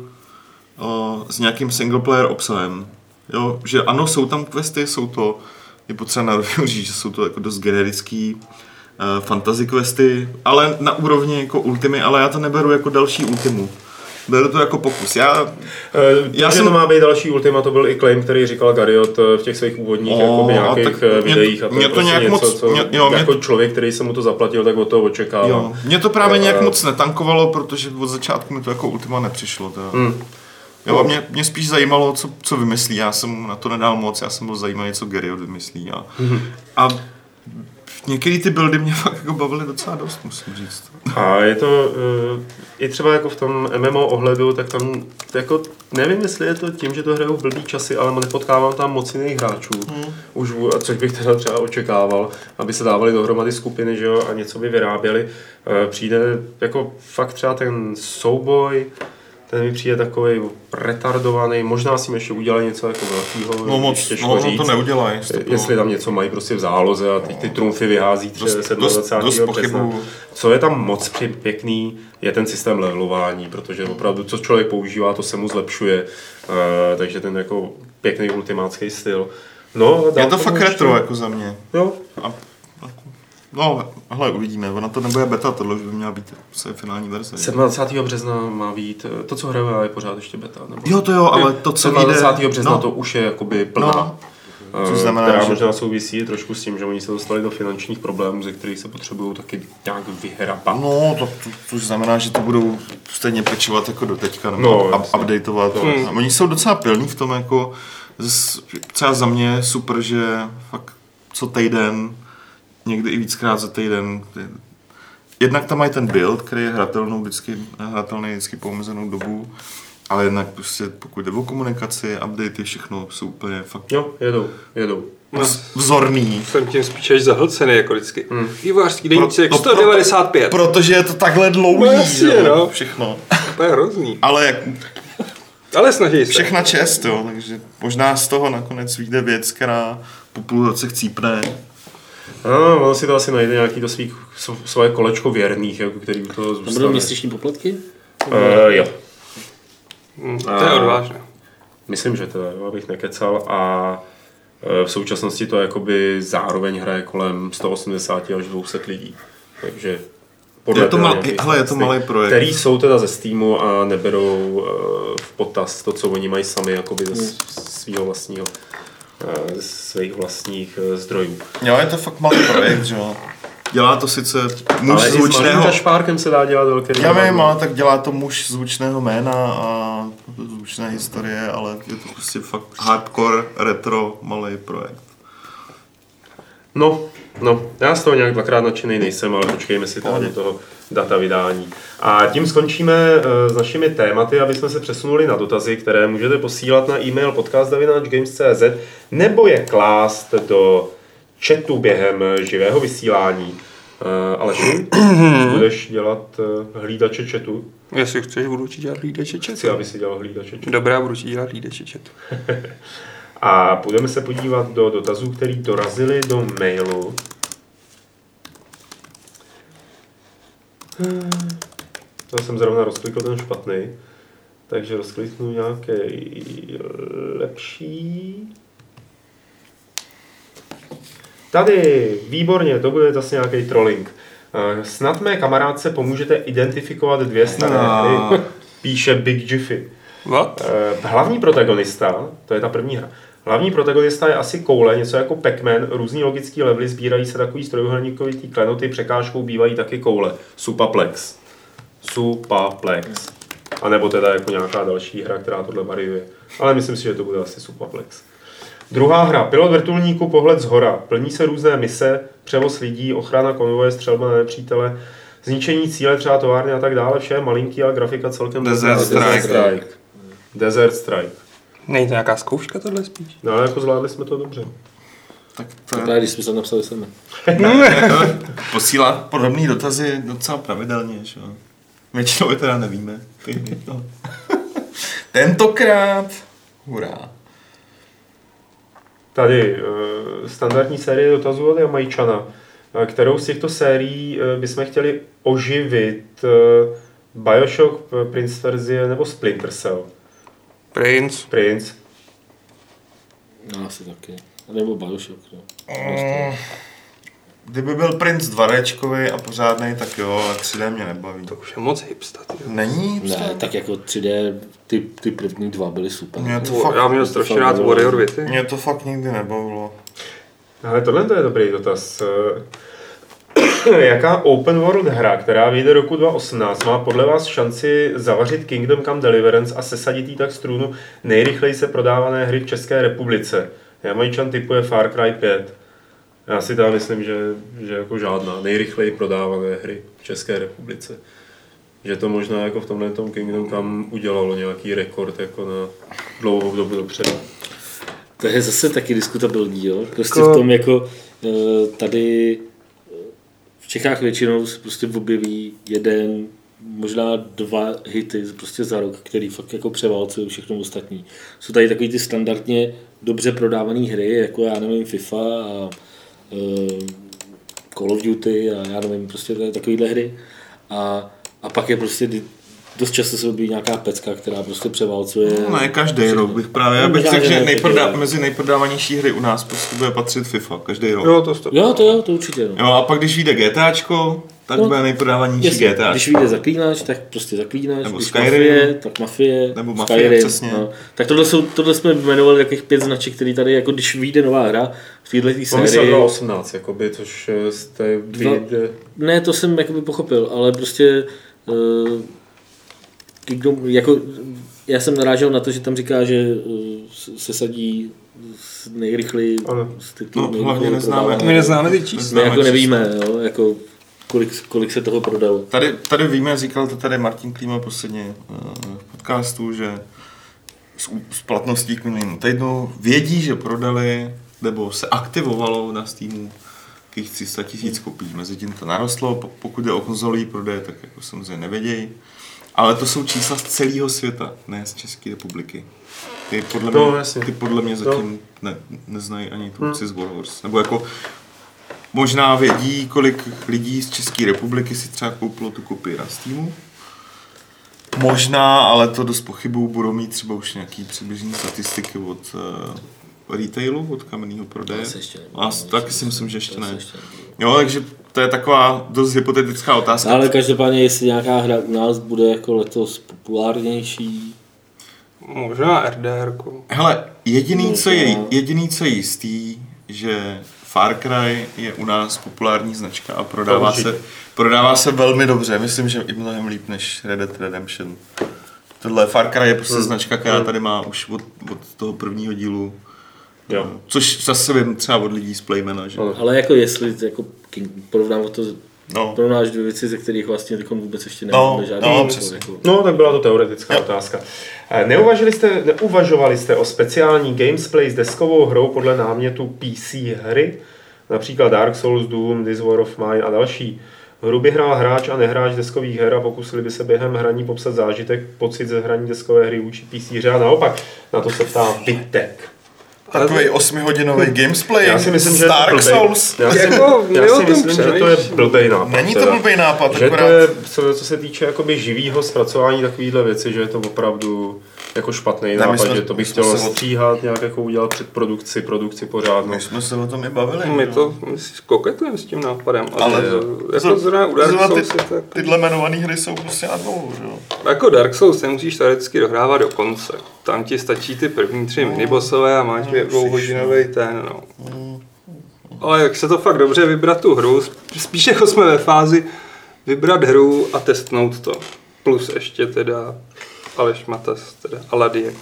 s nějakým single player obsahem. Jo, že ano, jsou tam questy, je potřeba na rovinu říct, že jsou to jako dost generický fantasy questy, ale na úrovni jako Ultimy, ale já to neberu jako další Ultimu. Beru to jako pokus. Já jsem... to má být další Ultima, to byl i claim, který říkal Gariot v těch svých úvodních nějakých videích. A to je prostě něco, jako člověk, který se mu to zaplatil, tak od toho očekává. Mě to právě nějak moc netankovalo, protože od začátku mi to jako Ultima nepřišlo. Jo, mě spíš zajímalo, co vymyslí. Já jsem na to nedal moc, já jsem byl zajímavý, co Gariot vymyslí. A některé ty buildy mě fakt jako bavily docela dost, musím říct. A je to i třeba jako v tom MMO ohledu, tak tam jako nevím, jestli je to tím, že to hrajou v blbý časy, ale nepotkávám tam moc jiných hráčů. Už, což bych teda třeba očekával, aby se dávali dohromady skupiny, že jo, a něco by vyráběli. Přijde jako fakt třeba ten souboj, ten mi přijde takový retardovaný, možná si ještě udělají něco jako velkýho. No moc, to neudělají. Jestli tam něco mají prostě v záloze a teď ty trumfy vyhází 27. března. Co je tam moc pěkný, je ten systém levelování, protože opravdu, co člověk používá, to se mu zlepšuje, takže ten jako pěkný ultimátský styl. No, je to fakt retro jako za mě. Jo. No, hele, uvidíme, ona to nebude beta, tohle už by měla být finální verze. 27. března má být, to co hraju je pořád ještě beta. Nebo... Jo, ale to co 27. března to už je jakoby plná. Což znamená, která možná souvisí trošku s tím, že oni se dostali do finančních problémů, ze kterých se potřebují taky nějak vyhrabat. No, to znamená, že to budou stejně pečovat jako do teďka, nebo updateovat. Oni jsou docela pilní v tom, jako třeba za mě je super, že fakt co týden, někdy i víckrát za týden. Jednak tam mají ten build, který je hratelný vždycky po omezenou dobu, ale jednak prostě pokud jde o komunikaci, updaty, všechno jsou úplně fakt... Jo, jedou. Vzorný. Jsem tím spíš až zahlcený jako vždycky. Vývojářský deníček 195. Protože je to takhle dlouhý, všechno. To je hrozný. Ale snaží se. Všechna čest, jo, takže možná z toho nakonec vyjde věc, která po půl roce chcípne. Ono si to asi najde nějaký do svoje kolečko věrných, jako který u toho zůstane. Budou měsíční poplatky? Jo. To je odvážné. Myslím, že to je, abych nekecal, a v současnosti to jakoby zároveň hraje kolem 180 až 200 lidí. Takže je to malý projekt. Který jsou teda ze Steamu a neberou v potaz to, co oni mají sami jakoby ze svých vlastních zdrojů. Jo, je to fakt malý projekt, že jo. Dělá to sice muž ale zvučného... Ale i s malým špárkem se dá dělat velký. Já vím, ale tak dělá to muž zvučného jména a zvučné historie, ale je to prostě fakt hardcore, retro, malý projekt. No, já z toho nějak dvakrát nadšený nejsem, ale počkejme si tady toho data vydání. A tím skončíme s našimi tématy, aby jsme se přesunuli na dotazy, které můžete posílat na e-mail podcast@games.cz nebo je klást do chatu během živého vysílání. Aleši, budeš dělat hlídače chatu? Jestli chceš, budu ti dělat hlídače chatu. Chci, aby si dělal hlídače chatu. Dobrá, budu ti dělat hlídače chatu. A půjdeme se podívat do dotazů, které dorazily do mailu. To jsem zrovna rozklikl ten špatný, takže rozkliknu nějaký lepší. Tady, výborně, to bude zase nějaký trolling. Snad mé kamarádce pomůžete identifikovat 2 staré hry, píše Big Jiffy. What? Hlavní protagonista, to je ta první hra, hlavní protagonista je asi koule, něco jako Pac-Man, různý logický levely, sbírají se takový trojuhelníkovitý klenoty, překážkou bývají taky koule. Supaplex. A nebo teda jako nějaká další hra, která tohle variuje. Ale myslím si, že to bude asi Supaplex. Druhá hra, pilot vrtulníku, pohled zhora. Plní se různé mise, převoz lidí, ochrana konvoje, střelba na nepřítele, zničení cíle, třeba továrny a tak dále. Vše je malinký, ale grafika celkem... Desert Strike. Desert Strike. Není to nějaká zkouška tohle spíš? No ale jako zvládli jsme to dobře. Tak To právě, když jsme se napsali sami. posílá podobné dotazy docela pravidelně, že jo. Většinou je teda nevíme. Tentokrát, hurá. Tady standardní série dotazů od Jamajčana. Kterou z těchto sérií bychom chtěli oživit? Bioshock, Prince verzie nebo Splinter Cell? Prince. No, asi taky. Nebo Bioshock, no. Kdyby byl Prince 2Dčkový a pořádnej, tak jo, ale 3D mě nebaví. To už je moc hipsta. Není? Ne, tak jako 3D, ty první dva byly super. Já měl strašně rád Warrior Wity. Mě to fakt nikdy nebavilo. Ale tohle je dobrý dotaz. Jaká open world hra, která vyjde roku 2018, má podle vás šanci zavařit Kingdom Come Deliverance a sesadit jí tak z trůnu nejrychleji se prodávané hry v České republice? Jamajčan typuje Far Cry 5. Já si tam myslím, že jako žádná nejrychleji prodávané hry v České republice. Že to možná jako v tomhle Kingdom Come udělalo nějaký rekord jako na dlouhou dobu dopředu. To je zase taky diskutabilní, jo? Prostě v tom jako tady v Čechách většinou se prostě objeví jeden, možná 2 hity prostě za rok, který fakt jako převálcují všechno ostatní. Jsou tady takový ty standardně dobře prodávané hry, jako já nevím FIFA a Call of Duty a já nevím, prostě takovýhle hry. A pak je prostě dost často se objeví nějaká pecka, která prostě převálcuje. No, ne, každý rok bych právě. Já bych řekl, že mezi nejprodávanější hry u nás prostě bude patřit FIFA, každý rok. Jo, to určitě. No. Jo, a pak když vyjde GTAčko, tak bude nejprodávanější GTAčko. Když vyjde Zaklínač, tak prostě Zaklínač, nebo když Skyrim, Mafie, tak Mafie, nebo Mafie, Skyrim, přesně. No. Tak tohle jsme jmenovali takových 5 značek, který tady, jako když vyjde nová hra v této sérii. Pomyslel 2018, jakoby, což jste vyjde. Ne, to jsem jakoby pochopil, ale prostě jako, já jsem narážel na to, že tam říká, že se sadí nejrychleji z titulů. No, hlavně neznáme. My neznáme ty čísla. My jako nevíme, jo, jako kolik se toho prodalo. Tady víme, říkal to tady Martin Klíma posledně v podcastu, že s platností k minulému týdnu vědí, že prodali, nebo se aktivovalo na Steamu těch 300 000 kopií. Mezitím to narostlo, pokud je o konzolový prodej, tak jako samozřejmě nevědějí. Ale to jsou čísla z celého světa, ne z České republiky. Ty podle mě zatím neznají ani tvůrci z Warhorse. Nebo jako možná vědí, kolik lidí z České republiky si třeba koupilo tu kopii na Steamu. Možná, ale to dost pochybuju, budou mít třeba už nějaký přibližný statistiky od retailu, od kamenného prodeje. A taky si myslím, že ještě ne. Jo, takže to je taková dost hypotetická otázka. Ale každopádně, jestli nějaká hra u nás bude jako letos populárnější. Možná RDR. Hele, jediný, co je jistý, že Far Cry je u nás populární značka a prodává se velmi dobře. Myslím, že i mnohem líp než Red Dead Redemption. Tohle Far Cry je prostě značka, která tady má už od toho prvního dílu. Jo. Což zase vím třeba od lidí z Playmana, že? Ale jako jestli jako porovnám to, porovnáš 2 věci, ze kterých vlastně vůbec ještě nemáme žádný. No, tak byla to teoretická otázka. Neuvažovali jste o speciální gamesplay s deskovou hrou podle námětu PC hry? Například Dark Souls, Doom, This War of Mine a další. Hru by hrál hráč a nehráč deskových her a pokusili by se během hraní popsat zážitek, pocit ze hraní deskové hry vůči PC hře a naopak. Na to se ptá Vitek. Takový 8hodinový gamesplay. Já si myslím, že Dark Souls. Já si myslím, že to je blbej nápad. Není to blbej nápad. Že to je, co se týče jakoby živýho zpracování takovýhle věci, že je to opravdu jako špatný nápad, že to bych chtěl stříhat, nějak jako udělat produkci pořádnou. My jsme se o tom i bavili. My si koketujeme s tím nápadem. Ale jako zrovna u Dark Souls tyhle jmenované hry jsou prostě na dvou, jo. Jako Dark Souls se musíš teoreticky dohrávat do konce. Tam ti stačí ty první 3 minibossové a máš 2hodinový ten, no. Ale jak se to fakt dobře vybrat tu hru, spíš jako jsme ve fázi vybrat hru a testnout to. Plus ještě teda Aleš Matas, teda Aladiax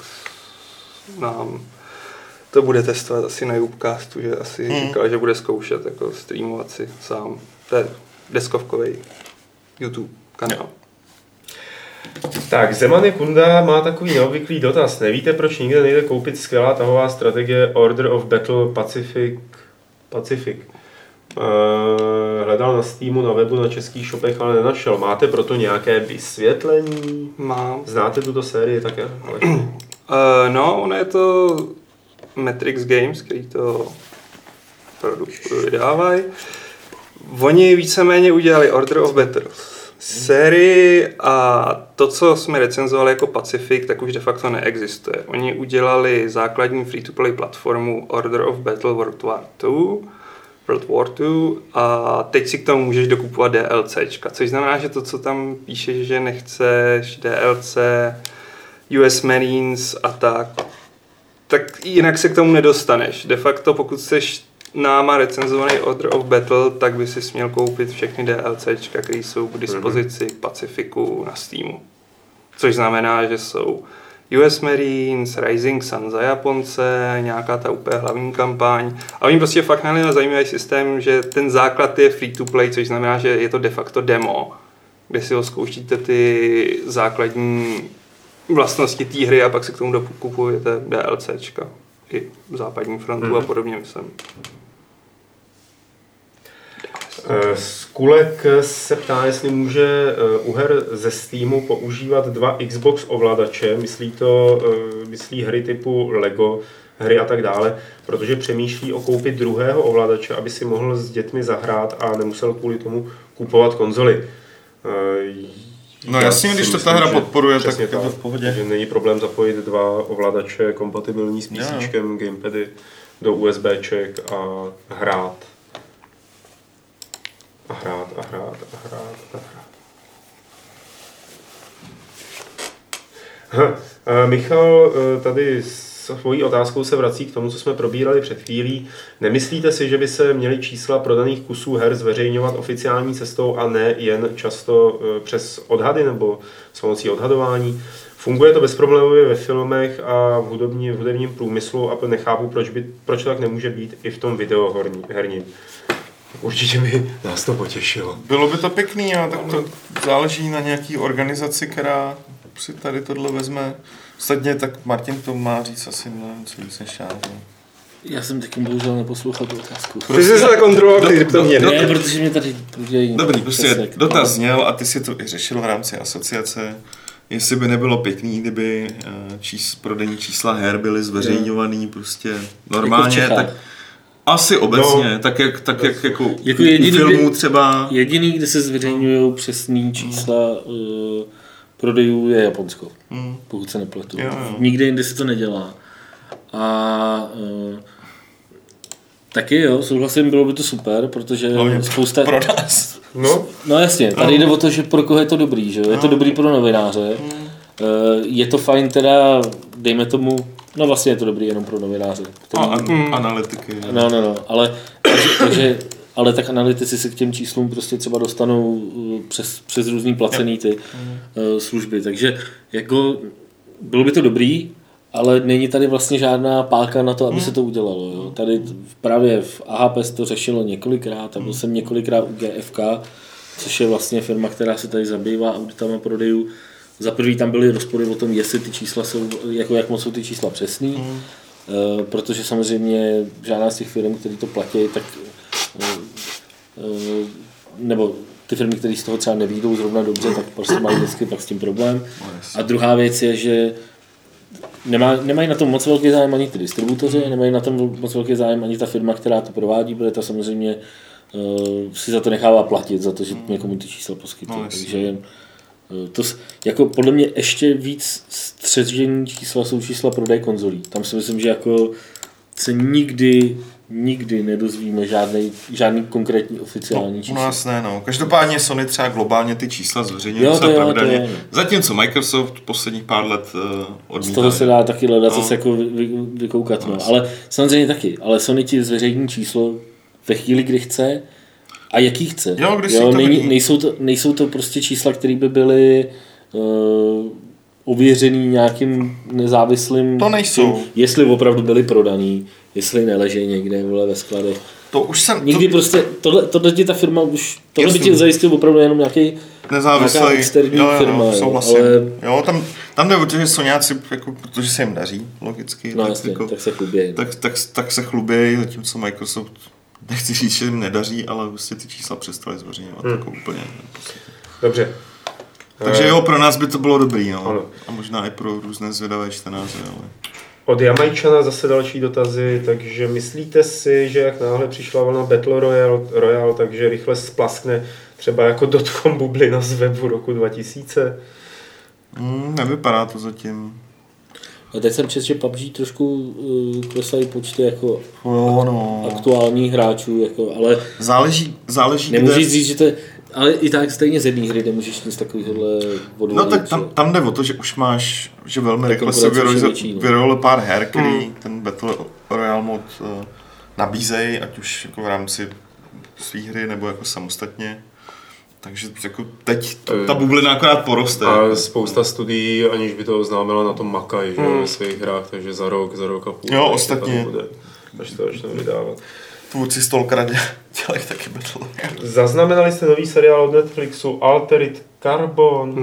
nám to bude testovat asi na YouTubecastu, že asi říkal, že bude zkoušet jako streamovat si sám. To je deskovkový YouTube kanál. Tak, Zeman Kunda má takový neobvyklý dotaz. Nevíte, proč nikde nejde koupit skvělá tahová strategie Order of Battle Pacific? Hledal na Steamu, na webu, na českých shopech, ale nenašel. Máte proto nějaké vysvětlení? Mám. Znáte tuto sérii také? No, ono je to Matrix Games, který to vydávají. Oni víceméně udělali Order of Battles sérii a to, co jsme recenzovali jako Pacific, tak už de facto neexistuje. Oni udělali základní free-to-play platformu Order of Battle World War II a teď si k tomu můžeš dokupovat DLCčka, což znamená, že to, co tam píšeš, že nechceš DLC, US Marines a tak jinak se k tomu nedostaneš. De facto, pokud chceš náma recenzovaný Order of Battle, tak by si směl koupit všechny DLCčka, které jsou k dispozici k Pacifiku na Steamu. Což znamená, že jsou US Marines, Rising Sun za Japonce, nějaká ta úplně hlavní kampaň. A oni prostě fakt nalili zajímavý systém, že ten základ je free to play, což znamená, že je to de facto demo, kde si ho zkoušíte ty základní vlastnosti té hry a pak si k tomu dokupujete DLCčka. I západní frontu a podobně, myslím. Skulek se ptá, jestli může u her ze Steamu používat 2 Xbox ovladače, myslí hry typu Lego, hry a tak dále, protože přemýšlí o koupi druhého ovladače, aby si mohl s dětmi zahrát a nemusel kvůli tomu kupovat konzoli. No jasně, když to ta hra podporuje, tak je to v pohodě. Že není problém zapojit 2 ovladače kompatibilní s PCčkem, gamepady do USBček a hrát. A hrát. Michal tady svojí otázkou se vrací k tomu, co jsme probírali před chvílí. Nemyslíte si, že by se měly čísla prodaných kusů her zveřejňovat oficiální cestou a ne jen často přes odhady nebo s pomocí odhadování? Funguje to bezproblémově ve filmech a v hudebním průmyslu a nechápu, proč tak nemůže být i v tom videoherním. Určitě by nás to potěšilo. Bylo by to pěkný, ale tak to záleží na nějaký organizaci, která si tady tohle vezme. Ostatně tak Martin to má říct asi co víc než já. Já jsem taky bohužel neposlouchal tu otázku. Ty jsi se kontroloval, když to mě. Ne, protože mě tady udělají. Dobrý, prostě dotaz zněl a ty si to i řešil v rámci asociace. Jestli by nebylo pěkný, kdyby prodejní čísla her byly zveřejňovaný prostě normálně, jako tak asi obecně, tak jak jako u filmů třeba. Jediný, kde se zveřejňují přesný čísla prodejů, je Japonsko, pokud se nepletu. Jo. Nikde jinde se to nedělá. A taky jo, souhlasím, bylo by to super, protože spousta... Pro nás. No jasně, tady jde o to, že pro koho je to dobrý, že jo? Je to dobrý pro novináře. Je to fajn teda, dejme tomu, no vlastně je to dobrý jenom pro novináře. Analytiky. No, ale tak analytici se k těm číslům prostě třeba dostanou přes různý placený ty služby, takže jako bylo by to dobrý, ale není tady vlastně žádná páka na to, aby se to udělalo. Jo. Tady právě v AHPS to řešilo několikrát a byl jsem několikrát u GFK, což je vlastně firma, která se tady zabývá auditama prodejů. Za prvý tam byly rozpory o tom, jestli ty čísla jsou, jako jak moc jsou ty čísla přesný, protože samozřejmě žádná z těch firm, které to platí, tak nebo ty firmy, které z toho třeba nevyjdou zrovna dobře, tak prostě mají vždycky pak s tím problém. A druhá věc je, že nemají na tom moc velký zájem ani ty distributoři, nemají na tom moc velký zájem ani ta firma, která to provádí, protože ta samozřejmě si za to nechává platit, za to, že někomu ty čísla poskytuje. Takže to, jako podle mě ještě víc střežení čísla jsou čísla prodej konzolí. Tam si myslím, že jako se nikdy nedozvíme žádný konkrétní oficiální čísla. U nás ne, no. Každopádně Sony třeba globálně ty čísla zveřejňuje pravidelně. Zatímco Microsoft posledních pár let odmítá. Z toho se dá taky hledat, co se jako vykoukat. No. Ale samozřejmě taky. Ale Sony ti zveřejní číslo ve chvíli, kdy chce a jaký chce. Nejsou to prostě čísla, které by byly ověřený nějakým nezávislým... To nejsou. Jestli opravdu byly prodaný, jestli neleží někde vole ve skladech. To už jsem... Nikdy prostě, tohle ti ta firma už, tohle by ti zajistil opravdu jenom nějaká externí firma. Souhlasím. Jo, tam jde o to, že Soňáci, jako, protože se jim daří, logicky. No jasně, tak se chlubějí. Tak se chlubějí, zatímco Microsoft, nechci říct, že jim nedaří, ale prostě ty čísla přestali zveřejňovat jako úplně. Dobře. Takže jo, pro nás by to bylo dobrý, no. A možná i pro různé zvědavé čtenáře, ale... Od Jamajčana zase další dotazy, takže myslíte si, že jak náhle přišla vlna Battle Royale, takže rychle splaskne třeba jako dotcom bublina z webu roku 2000? Nevypadá to zatím. A teď jsem četl, že PUBG trošku klesají počty jako aktuálních hráčů, jako, ale záleží nemůžeš říct, že to je, ale i tak stejně z jedné hry nemůžeš nic takovýhle odvodit. No tak tam jde o to, že už máš, že velmi rychle se vyrojilo pár her, který ten Battle Royale mod nabízejí, ať už jako v rámci své hry nebo jako samostatně. Takže jako teď ta bublina akorát poroste. A spousta studií, aniž by to oznámila, na tom makají, že ve svých hrách, takže za rok a půl. Jo, ostatně. Až to začne vydávat. Tvůrci Stalkera dělají taky Battle Royale. Zaznamenali jste nový seriál od Netflixu Altered Carbon?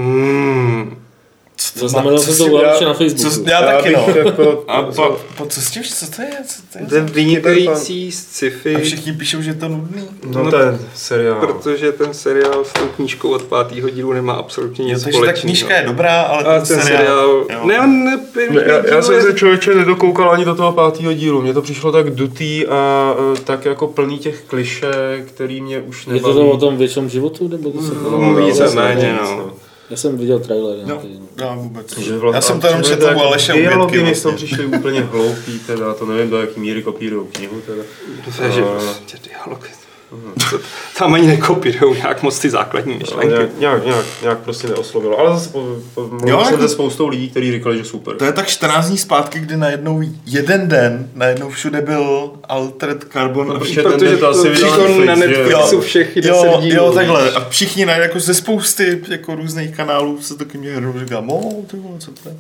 Zaznamenal jsem to určitě na Facebooku. Já taky, no. Jako, co s tím, co to je? Ten vynikající sci-fi. A všichni píšou, že je to nudný. No ten seriál. Protože ten seriál s tou knížkou od 5. dílu nemá absolutně nic společného. Takže ta knížka je dobrá, ale ten seriál... Ne, on já jsem se člověče nedokoukal ani do toho 5. dílu. Mně to přišlo tak dutý a tak jako plný těch klišé, který mě už nebaví. Je to o tom větším životu? Nebo víceméně, no. Já jsem viděl trailer. Já vůbec. Já jsem to jenom četl u Aleše Uvědky. Dialogy mi jsou přišli úplně hloupý, teda, to nevím, do jaký míry kopírujou knihu. Teda. Takže dialogy. Tam ani nekopírujou nějak moc ty základní myšlenky. Nějak prostě neoslovilo. Ale zase mluvil jsem se spoustou lidí, kteří říkali, že super. To je tak 14 dní zpátky, kdy najednou jeden den, najednou všude byl Altered Carbon. No, protože to asi vydal na Netflixu všech 10 dílů. Jo, takhle. A všichni jako ze spousty jako různých kanálů se taky mě hrnou říká, ty vole, co to je?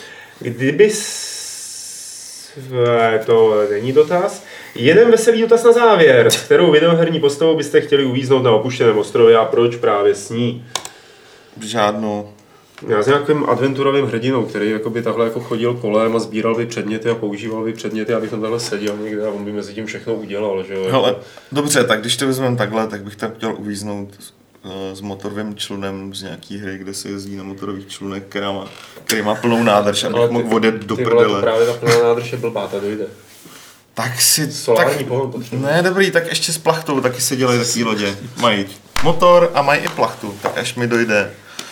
To není dotaz. Jeden veselý dotaz na závěr. S kterou videoherní postavou byste chtěli uvíznout na opuštěném ostrově a proč právě s ní? Žádnou. Já s nějakým adventurovým hrdinou, který jakoby takhle jako chodil kolem a sbíral by předměty a používal by předměty, abych tam takhle seděl někde a on by mezi tím všechno udělal. Že jo? Hele, dobře, tak když to vezmeme takhle, tak bych tam chtěl uvíznout s motorovým člunem z nějaký hry, kde se jezdí na motorových člunech, který má plnou nádrž, abych mohl odjet do prdele. Právě ta plná nádrž je blbá, ta dojde. Tak si... Solární pohon potřebuje. Ne, dobrý, tak ještě s plachtou taky se dělají takové lodě. Mají motor a mají i plachtu, tak až mi dojde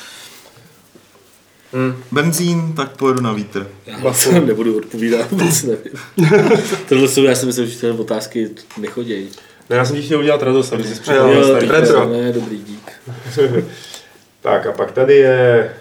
benzín, tak pojedu na vítr. Já se nebudu odpovídat, vůbec nevím. Tohle jsou, já si myslím, že tyhle otázky nechodějí. Ne, já jsem ti chtěl udělat radost, aby si připomněl starý retro. Ne, dobrý, dík. Tak a pak tady je...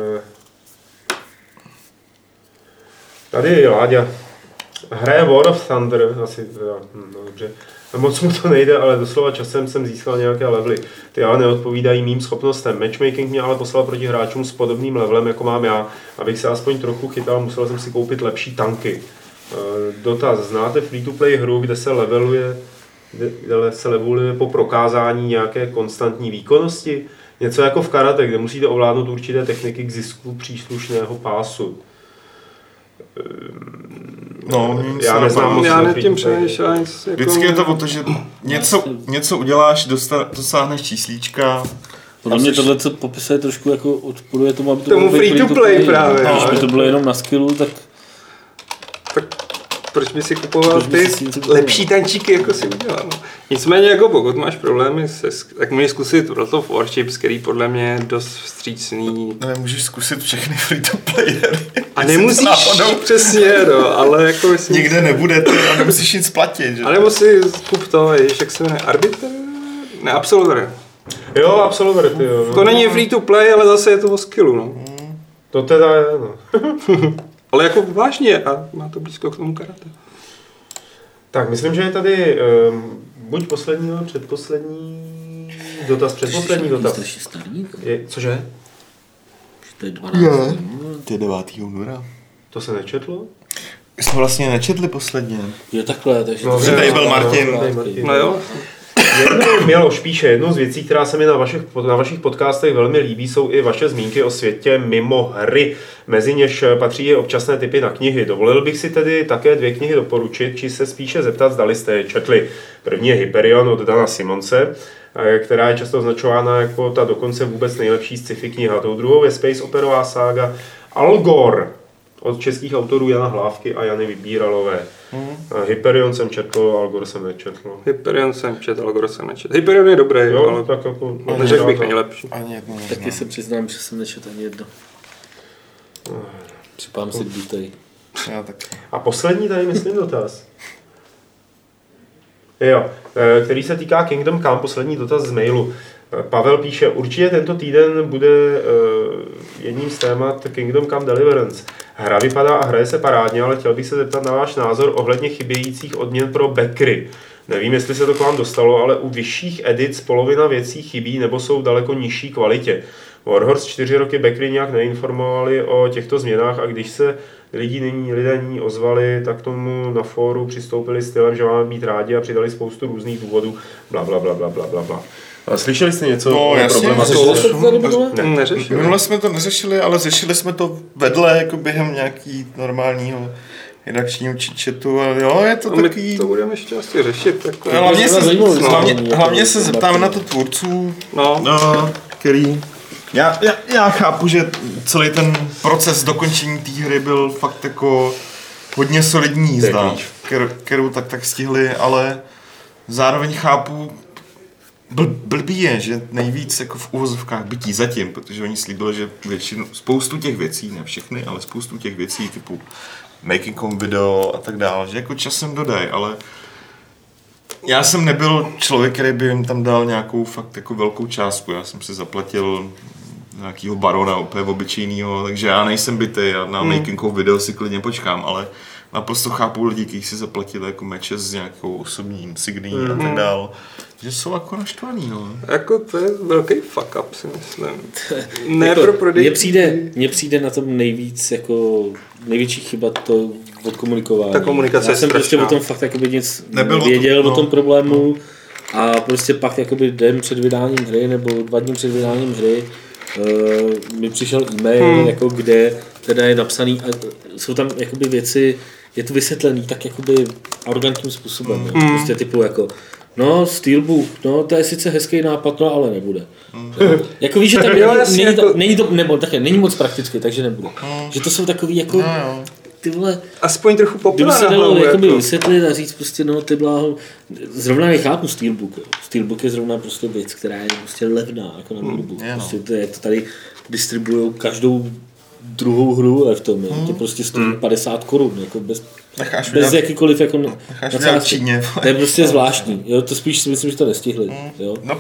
Tady je Láďa. Hraje War of Thunder, asi teda, no dobře. Moc mu to nejde, ale doslova časem jsem získal nějaké levely. Ty ale neodpovídají mým schopnostem. Matchmaking mě ale poslal proti hráčům s podobným levelem, jako mám já. Abych se aspoň trochu chytal, musel jsem si koupit lepší tanky. Dotaz. Znáte free-to-play hru, kde se leveluje po prokázání nějaké konstantní výkonnosti? Něco jako v karate, kde musíte ovládnout určité techniky k zisku příslušného pásu. No, já neznám moc. Já nad tím přemýšlel. Vždycky je to o to, že něco uděláš, dosáhneš číslíčka. Podle mě tohle, co popisuje, trošku jako odporuje tomu, aby to tomu free to play právě. Když by to bylo jenom na skillu, tak proč by si kupoval ty lepší tančíky, jako si udělal. No. Nicméně, jako pokud máš problémy, tak můžeš zkusit World of Warships, který podle mě je dost vstřícný. Můžeš zkusit všechny free-to-playery. A nemusíš přesně, no, ale jako myslím... Nikde nebude a nemusíš nic platit, že? A nebo si kup to, jak se jmenuje, Arbiter? Ne, Absolver. Jo, Absolver, ty jo. To není free-to-play, ale zase je to o skillu, no. To teda je, no. Ale jako vážně a má to blízko k tomu karate. Tak, myslím, že je tady buď poslední, nebo předposlední dotaz, předposlední dotaz. Cože? To je 12. To je 9. února. To se nečetlo? My jsme vlastně nečetli posledně. Jo, takhle, takže... No, Že tady byl Martin. No jo. Jednou z věcí, která se mi na vašich podcastech velmi líbí, jsou i vaše zmínky o světě mimo hry. Mezi něž patří i občasné tipy na knihy. Dovolil bych si tedy také 2 knihy doporučit, či se spíše zeptat, zdali jste je četli. První je Hyperion od Dana Simonse, která je často označována jako ta dokonce vůbec nejlepší sci-fi kniha. Tou druhou je space operová sága Al Gore od českých autorů Jana Hlávky a Jany Vybíralové. Hyperion jsem četl, Al Gore jsem nečetl. Hyperion jsem četl, Al Gore jsem nečetl. Hyperion je dobrý, Jo, ale tak jako... neřekl bych nejlepší. Ani jedno neznám. Taky se přiznám, že jsem nečetl ani jedno. Připadám si dbítej. Já taky. A poslední tady myslím dotaz. Jo, který se týká Kingdom Come, poslední dotaz z mailu. Pavel píše, určitě tento týden bude jedním z témat Kingdom Come Deliverance. Hra vypadá a hraje se parádně, ale chtěl bych se zeptat na váš názor ohledně chybějících odměn pro backery. Nevím, jestli se to k vám dostalo, ale u vyšších edits polovina věcí chybí nebo jsou v daleko nižší kvalitě. Warhorse 4 roky backery nějak neinformovali o těchto změnách a když se lidé nyní ozvali, tak tomu na fóru přistoupili stylem, že máme být rádi a přidali spoustu různých důvodů, bla bla bla bla bla bla bla. A slyšeli jste něco o problematice? Neřešili. Minule jsme to neřešili, ale řešili jsme to vedle, jako během nějaký normálního redakčního chatu, ale jo, je to my takový... to budeme ještě asi řešit. Jako... Hlavně se zeptáme na to tvůrců, No. který... Já chápu, že celý ten proces dokončení té hry byl fakt jako hodně solidní jízda, kterou tak stihli, ale zároveň chápu, blbý je, že nejvíc jako v uvozovkách bytí zatím, protože oni slíbili, že spoustu těch věcí, ne všechny, ale spoustu těch věcí typu making of video a tak dále, že jako časem dodají, ale já jsem nebyl člověk, který by jim tam dal nějakou fakt jako velkou částku, já jsem si zaplatil nějakýho barona úplně obyčejnýho, takže já nejsem bitej a na making of video si klidně počkám, ale naprosto chápu lidi, kteří si zaplatili jako meče s nějakou osobní insignií a tak dál, že jsou jako naštvaný, no. Jako to je velký fuck up, si myslím. Ne jako, pro prodej. Mně přijde na tom nejvíc jako největší chyba to odkomunikování. Ta komunikace já jsem prostě o tom fakt jakoby nic nevěděl o tom problému a prostě pak jakoby den před vydáním hry nebo 2 dny před vydáním hry mi přišel e-mail, jako kde teda je napsaný a jsou tam jakoby věci, je to vysvětlený tak jakoby arrogantním způsobem. Prostě typu jako no, Steelbook, no to je sice hezký nápad, no ale nebude. Jako víš, že tam není moc prakticky, takže nebude. Že to jsou takový jako ty vole, aspoň trochu popila na hlavu. Kdyby se vysvětlit a říct prostě, no ty bláho, zrovna nechápu Steelbook. Steelbook je zrovna prostě věc, která je prostě levná, jako na hudbu. Prostě to tady distribujou každou druhou hru v tom, to prostě stojí 50 korun, jako bez jakýkoliv jako Číně. To je prostě zvláštní, jo, to spíš si myslím, že to nestihli, jo. No,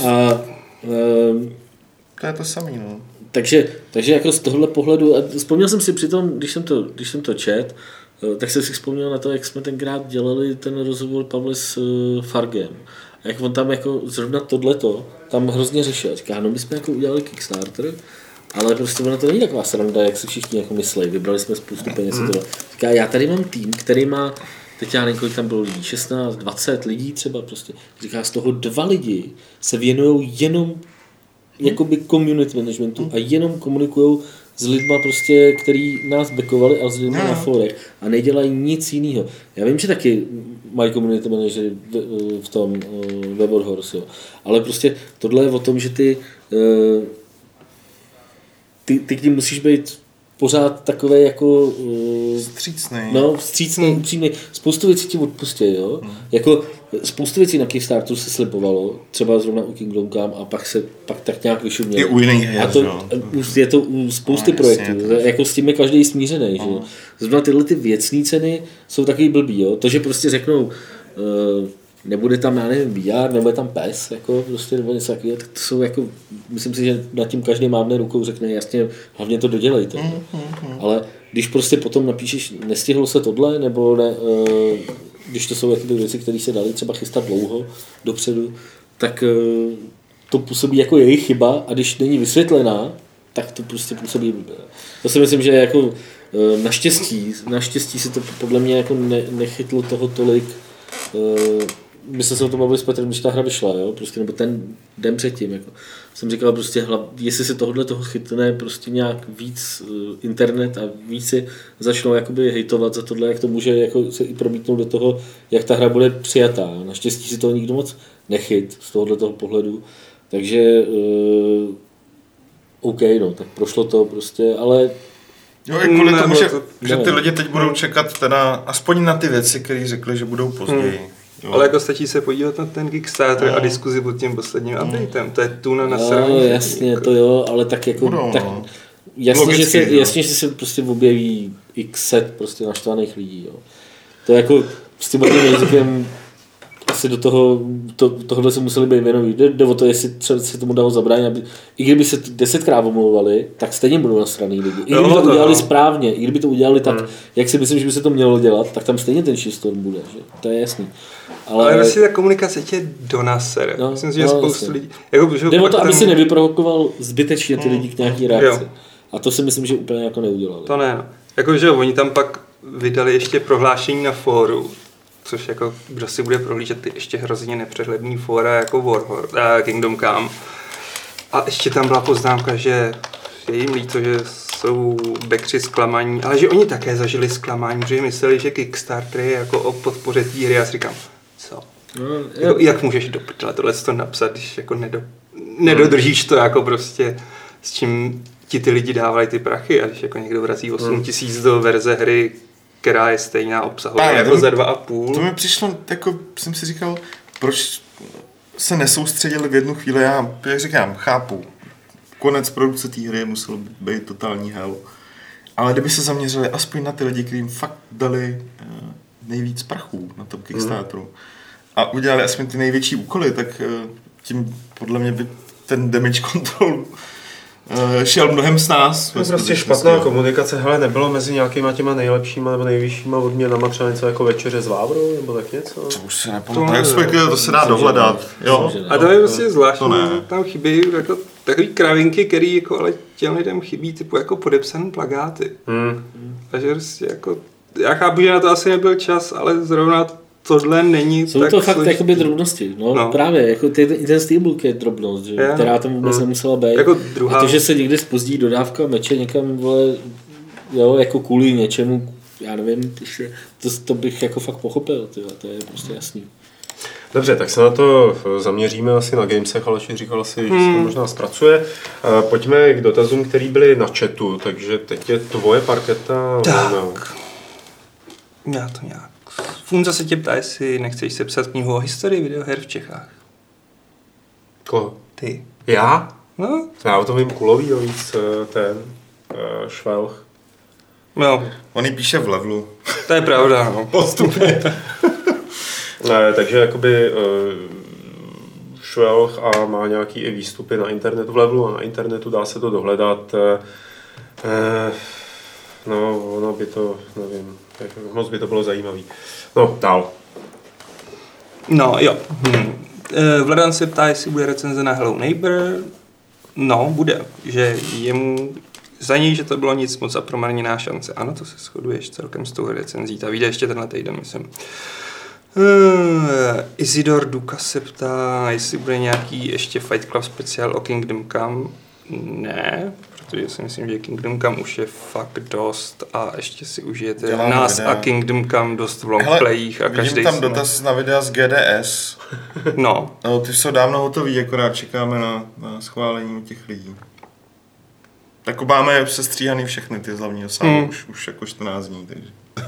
to je to samý, no. Takže jako z tohohle pohledu, a vzpomněl jsem si přitom, když jsem to čet, tak jsem si vzpomněl na to, jak jsme tenkrát dělali ten rozhovor Pavle s Fargem. A jak on tam jako zrovna tohleto tam hrozně řešil. Říká, no my jsme jako udělali Kickstarter, ale prostě ono to není taková sranda, jak si všichni jako myslí. Vybrali jsme spoustu peněz. Říká, já tady mám tým, který má, teď já nevím, kolik tam bylo lidí, 16, 20 lidí třeba prostě. Říká, z toho 2 lidi se věnují jenom jakoby community managementu a jenom komunikujou s lidma prostě, který nás backovali a s lidmi na fórech a nedělají nic jiného. Já vím, že taky mají community managery v tom ve Warhorse, jo. Ale prostě tohle je o tom, že ty k tím musíš být pořád takové jako vstřícnej, upřímnej. Spoustu věcí ti odpustí, jo. Jako spoustu věcí na Kickstarteru se slipovalo, třeba zrovna u Kingdom Come a pak tak nějak vyšumělo. I u jiných her, je to u spousty projektů, jako s tím je každý smířený, že? Zrovna tyhle ty věcné ceny jsou takový blbý, jo. To, že prostě řeknou nebude tam, já nevím, VR, nebude tam PES, jako prostě nebo něco takového, tak to jsou jako, myslím si, že nad tím každý mávne rukou, řekne jasně, hlavně to dodělejte. Ale když prostě potom napíšeš, nestihlo se tohle, nebo ne, když to jsou jakoby věci, které se daly třeba chystat dlouho dopředu, tak to působí jako jejich chyba a když není vysvětlená, tak to prostě působí blbě. To si myslím, že jako Naštěstí se to podle mě jako nechytlo toho tolik. My jsme se o tom bavili s Petrem, když ta hra vyšla, jo? Prostě, nebo ten den předtím. Jako. Jsem říkal, prostě, jestli se toho chytne prostě nějak víc internet a víc si začnou jakoby hejtovat za tohle, jak to může jako se i promítnout do toho, jak ta hra bude přijatá. Naštěstí si toho nikdo moc nechyt z tohoto pohledu. Takže OK, no, tak prošlo to prostě, ale jo, i kvůli tomu, že ty lidi teď budou čekat teda aspoň na ty věci, které řekli, že budou později. Ale jako stačí se podívat na ten Kickstarter a diskuzi pod tím posledním updatem. To je tuna na sraní. Jasně, jako. To jo, ale tak jako... Budou, tak, no. jasně, že se prostě objeví x set prostě naštvaných lidí. Jo. To je jako s tím jazykem asi do tohohle se museli být věnovit. Jde o to, jestli třeba se tomu dalo zabránit, aby, i kdyby se 10krát omlouvali, tak stejně budou nasraný lidi. I kdyby to udělali správně, i kdyby to udělali tak, jak si myslím, že by se to mělo dělat, tak tam stejně ten shitstorm bude, že? To je jasný. Ale vlastně ta komunikace tě do nás sere. No, myslím si, že spoustu lidí... Jako, jde o to, aby si nevyprovokoval zbytečně ty lidi k nějaký reakci. Jo. A to si myslím, že úplně jako neudělali. To ne, no. Jako, že oni tam pak vydali ještě prohlášení na fóru, což jako, kdo si bude prohlížet ty ještě hrozně nepřehledný fóra jako Warhorse, Kingdom Come. A ještě tam byla poznámka, že je jim líto, že jsou backři zklamaní, ale že oni také zažili zklamání, protože mysleli, že Kickstarter je jako o podpoře té hry. Já si říkám, co? Jako, jak můžeš do prdele tohle to napsat, když jako nedodržíš to jako prostě, s čím ti ty lidi dávají ty prachy, a když jako někdo vrací 8 000 do verze hry, která je stejná obsahová jako za 2,5. To mi přišlo, jako jsem si říkal, proč se nesoustředili v jednu chvíli, já, jak říkám, chápu, konec produkce té hry musel být totální hell, ale kdyby se zaměřili aspoň na ty lidi, kterým fakt dali nejvíc prachů na tom Kickstarteru a udělali aspoň ty největší úkoly, tak tím podle mě by ten damage control šel mnohem s nás. To prostě špatná komunikace, hele, nebylo mezi nějakýma těma nejlepšíma nebo nejvyššíma odměnama třeba něco jako večeře s Vávrou nebo tak něco? To už se nepamatuji, to se dá dohledat. Jo? A to je prostě zvláštní, tam chybí jako takový kravinky, který jako, ale těm lidem chybí typu jako podepsaný plakáty. Takže prostě jako, já chápu, že na to asi nebyl čas, ale zrovna tohle není jsou tak to fakt jakoby drobnosti, no. Právě, jako ten steelbook je drobnost, že? Která tam vůbec nemusela být. Jako druhá... A to, že se někdy spozdí dodávka meče někam, vole, jo, jako kvůli něčemu, já nevím, to bych jako fakt pochopil, tyjo, to je prostě jasný. Dobře, tak se na to zaměříme asi na Gamesech, ale říkal si, že se to možná zpracuje. Pojďme k dotazům, který byly na chatu, takže teď je tvoje parketa. Tak, já to nějak. Funza se tě ptá, jestli nechceš sepsat knihu o historii videoher v Čechách. Koho? Ty. Já? No. Já o tom vím kulový, víc ten Švelch. No. On ji píše v levelu. To je pravda, no. Postupně. Takže jakoby Švelch a má nějaký i výstupy na internetu v levelu a na internetu dá se to dohledat. No, ono by to, nevím, moc by to bylo zajímavý. No, dál. No, jo. Vladan se ptá, jestli bude recenze na Hello Neighbor. No, bude. Že jemu, za něj, že to bylo nic moc a promarněná šance. Ano, to se shoduješ celkem s tou recenzí. Ta vyjde ještě tenhle týden, myslím. Isidor Duka se ptá, jestli bude nějaký ještě Fight Club speciál o Kingdom Come. Ne, protože si myslím, že Kingdom Come už je fakt dost a ještě si užijete nás videa. A Kingdom Come dost v longplayích a každý vidím tam dotaz na videa z GDS. No. Ty jsou dávno hotový, akorát čekáme na schválení těch lidí. Tak máme sestříhaný všechny ty z hlavního sálu, už jako 14 dní, takže.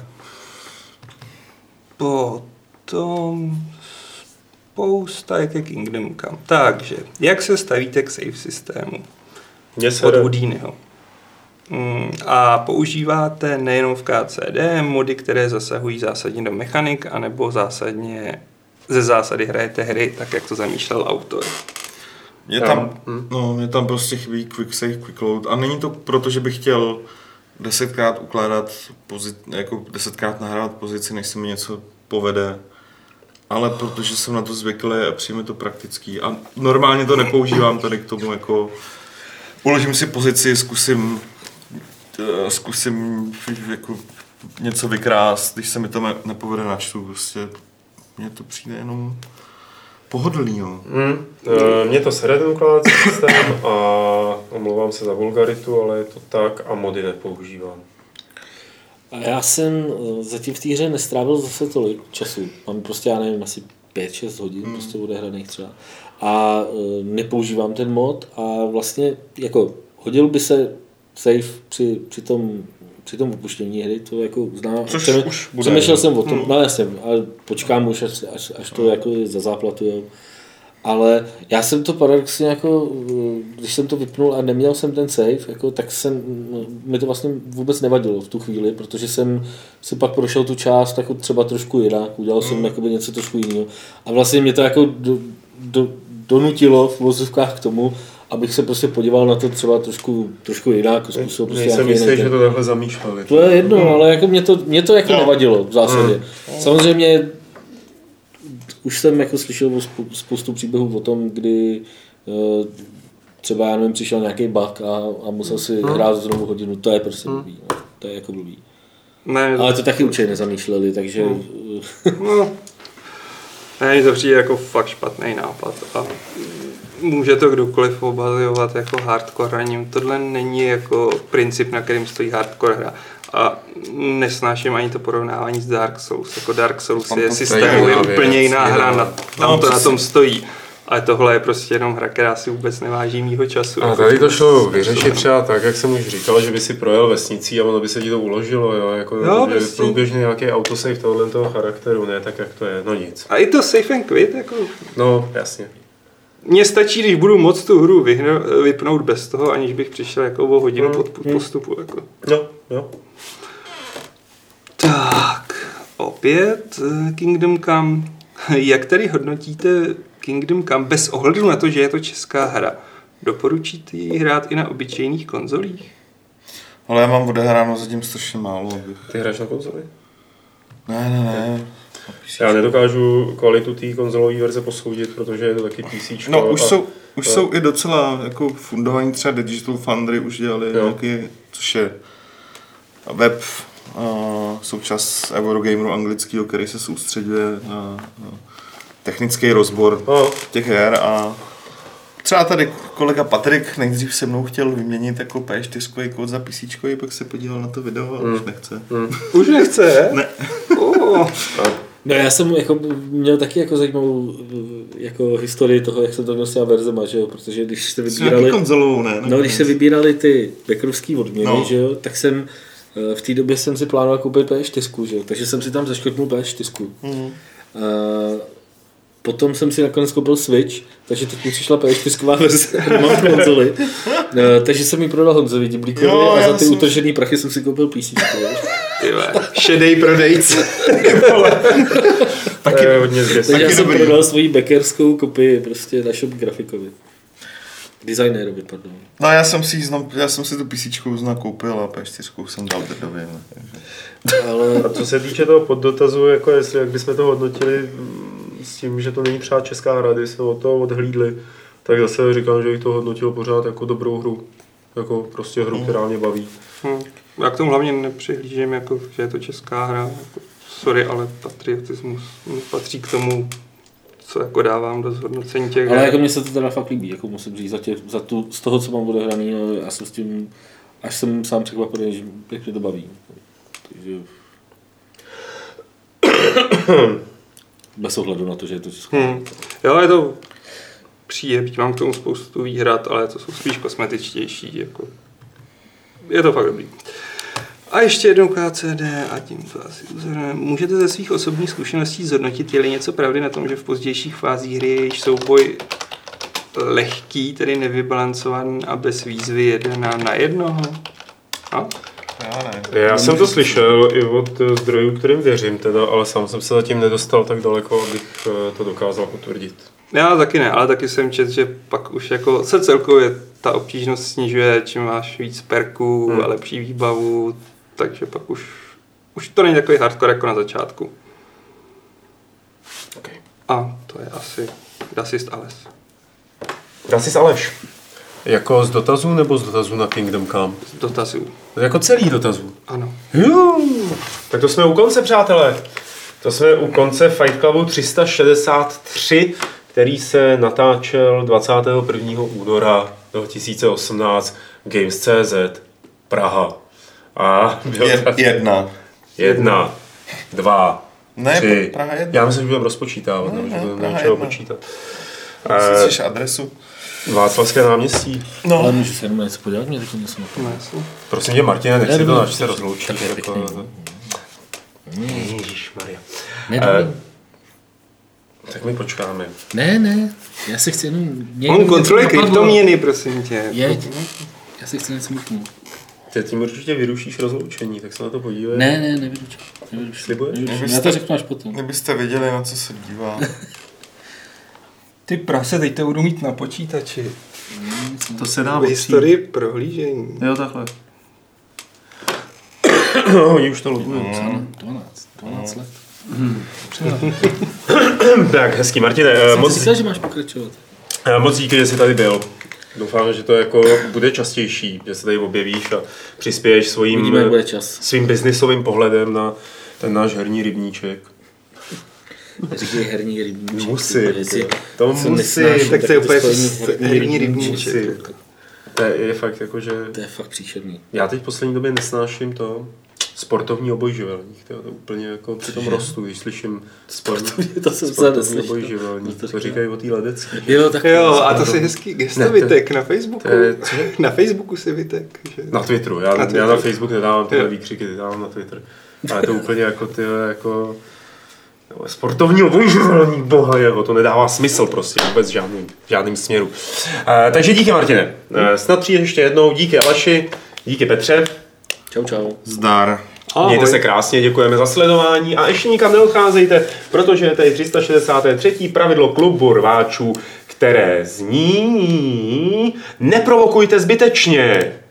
Potom spousta je ke Kingdom Come. Takže, jak se stavíte k save systému? Od Houdiniho. A používáte nejenom v KCD mody, které zasahují zásadně do mechanik, anebo zásadně ze zásady hrajete hry, tak jak to zamýšlel autor. Mě tam prostě chybí quick save, quick load. A není to proto, že bych chtěl 10krát ukládat jako 10krát nahrávat pozici, než se mi něco povede. Ale protože jsem na to zvyklý a přijme to praktický. A normálně to nepoužívám tady k tomu, jako uložím si pozici, zkusím zkusím jako něco vykrást, když se mi to nepovede, načtu, prostě mně to přijde jenom pohodlný, jo. Mně to sere ten ukládací systém a omlouvám se za vulgaritu, ale je to tak a mody nepoužívám. A já jsem zatím v té hře nestrávil zase tolik času. Mám prostě, já nevím, asi 5-6 hodin prostě odehraných třeba. A nepoužívám ten mod a vlastně jako hodil by se save při tom opuštění hry, to jako znám. Přemýšlel jsem o tom, no jasně, ale počkám už, až to jako zazáplatujou. Ale já jsem to paradoxně jako, když jsem to vypnul a neměl jsem ten save, jako, tak mi to vlastně vůbec nevadilo v tu chvíli, protože jsem si pak prošel tu část jako třeba trošku jinak, udělal jsem jakoby něco trošku jiného. A vlastně mě to jako donutilo v vozovkách k tomu, abych se prostě podíval na to třeba trošku jinak. Zkusil prostě nejsem jistý, že to takhle zamýšleli. To je jedno, ale jako mě to jako nevadilo v zásadě. Samozřejmě už jsem jako slyšel spoustu příběhů o tom, kdy třeba, já nevím, přišel nějaký bug a musel si hrát znovu hodinu. To je prostě blbý. No. To je jako blbý. Ne, ale to taky určitě nezamýšleli, takže... Ne, to přijde jako fakt špatný nápad. A může to kdokoliv obhajovat jako hardcore hraním. Tohle není jako princip, na kterým stojí hardcore hra. A nesnáším ani to porovnávání s Dark Souls. Jako Dark Souls je systémově úplně jiná hra, tam to na tom stojí. Ale tohle je prostě jenom hra, která si vůbec neváží mýho času. A tady to šlo vyřešit třeba tak, jak jsem už říkal, že by si projel vesnicí a ono by se ti to uložilo, jo? Jako prostě. Průběžně nějaký autosave toho charakteru, ne tak, jak to je, no nic. A i to save and quit, jako... No, jasně. Mně stačí, když budu moc tu hru vypnout bez toho, aniž bych přišel jako o hodinu postupu. Jako. No, jo. Tak, opět Kingdom Come. Jak tady hodnotíte Kingdom Come bez ohledu na to, že je to česká hra? Doporučíte ji hrát i na obyčejných konzolích? Ale já mám odehráno zatím strašně málo. Ty hraješ na konzoli? Ne. Já nedokážu kvalitu té konzolové verze posoudit, protože je to taky PC. No, už jsou i docela jako fundovaní, třeba Digital Foundry už dělali nějaký, což je web, součást Eurogameru anglického, který se soustředuje na technický rozbor těch her a třeba tady kolega Patrik nejdřív se mnou chtěl vyměnit jako P4 kód za PC, pak se podíval na to video a už nechce. Už nechce? Ne. No já jsem jako měl taky jako zajímavou jako historii toho, jak se to nosila verzema, že jo, protože když se vybírali... konzolou, ne? No, když se vybírali ty backerovský odměny, že jo, tak jsem v té době jsem si plánoval koupit PS4, že jo, takže jsem si tam zaškrtnul PS4. Potom jsem si nakonec koupil Switch, takže teď mi přišla PS4 verze, mám konzoli. Takže jsem ji prodal Honzovi Diblíkovi a za ty utržený prachy jsem si koupil PC. Šedej prodejce. Taky hodně zvěst. Takže já jsem prodal svoji backerskou kopii prostě na shop grafikovi. Designérovi, pardon. No já jsem si tu PCčkou koupil a PS4 jsem dal bedově. Ale... A co se týče toho poddotazu, jako jestli, jak bychom to hodnotili s tím, že to není třeba česká hra, kdy se od toho odhlídli, tak zase říkám, že bych to hodnotil pořád jako dobrou hru. Jako prostě hru, která mě baví. Já k tomu hlavně nepřihlížím, jako, že je to česká hra. Jako, sorry, ale patriotismus patří k tomu, co jako dávám do zhodnocení těch her. Ale jako mně se to teda fakt líbí, jako musím říct, z toho, co mám odehraný, no, já jsem s tím, až jsem sám překvapený, že mě to baví. Takže... Bez ohledu na to, že je to česká. Jo, je to příjemný, mám k tomu spoustu výhrad, ale to jsou spíš kosmetičtější. Jako. Je to fakt dobrý. A ještě jednou KCD a tím to asi uzavřeme. Můžete ze svých osobních zkušeností zhodnotit, je-li něco pravdy na tom, že v pozdějších fázích hry je již souboj lehký, tedy nevybalancovaný a bez výzvy 1-1? No? Já jsem to slyšel i od zdrojů, kterým věřím teda, ale sám jsem se zatím nedostal tak daleko, abych to dokázal potvrdit. Já taky ne, ale taky jsem četl, že pak už jako se celkově ta obtížnost snižuje, čím máš víc perků a lepší výbavu, takže pak už to není takový hardcore jako na začátku. Okay. A to je asi Rasist Aleš. Rasist Aleš. Jako z dotazů nebo z dotazů na Kingdom Come? Z dotazů. Jako celý dotazů. Ano. Jo. Tak to jsme u konce, přátelé. To jsme u konce Fight Clubu 363, který se natáčel 21. února 2018 Games.cz Praha. A byl 1, 2, Ne, 3. Praha 1. Já myslím, že budeme rozpočítávat, že budeme něčeho počítat. Chceš adresu? Václavské náměstí. No. Ale můžu se jenom něco podívat, mě taky něco No, prosím tě, Martine, nech si to nač se rozloučit. Tak je pěkný. Ježišmarja. Tak my počkáme. Ne, já si chci jenom... On kontroluje kryptoměny, prosím tě. Jeď, já si chci něco mutnout. Ty tím určitě vyrušíš rozloučení, tak se na to podívej. Ne, nevyručím. Slibuješ? Já to řeknu až potom. Kdybyste viděli, na co se dívá. Ty prase, teď to budu mít na počítači. To se dá V historii prohlížení. Jo, takhle. No, oni už to logují. 12 let. Tak, hezký, Martine. Moc říkal, že máš pokračovat. Moc díky, že jsi tady byl. Doufám, že to jako bude častější, že se tady objevíš a přispěješ svým biznisovým pohledem na ten náš herní rybníček. Říkej herní rybníček. To musí. Tak to je úplně herní rybníček. To je fakt jako, že... To je fakt příšerný. Já teď v poslední době nesnáším to sportovní obojživelník. To úplně jako při tom rostu, když slyším sportovní obojživelník. To říkají o té ledecké. Jo, a to si hezký gesto vytek na Facebooku. Na Facebooku si vytek. Že? Na Twitteru. Já na Facebook nedávám tyhle výkřiky, ty dávám na Twitter. Ale to úplně jako tyhle jako... Sportovní obojživelník, boha jeho, to nedává smysl prostě vůbec žádným směru. Takže díky, Martine. Snad přijdeš ještě jednou. Díky Aleši, díky Petře. Čau. Zdar. Mějte se krásně, děkujeme za sledování a ještě nikam neodcházejte, protože to je 363. pravidlo klubu rváčů, které zní: neprovokujte zbytečně.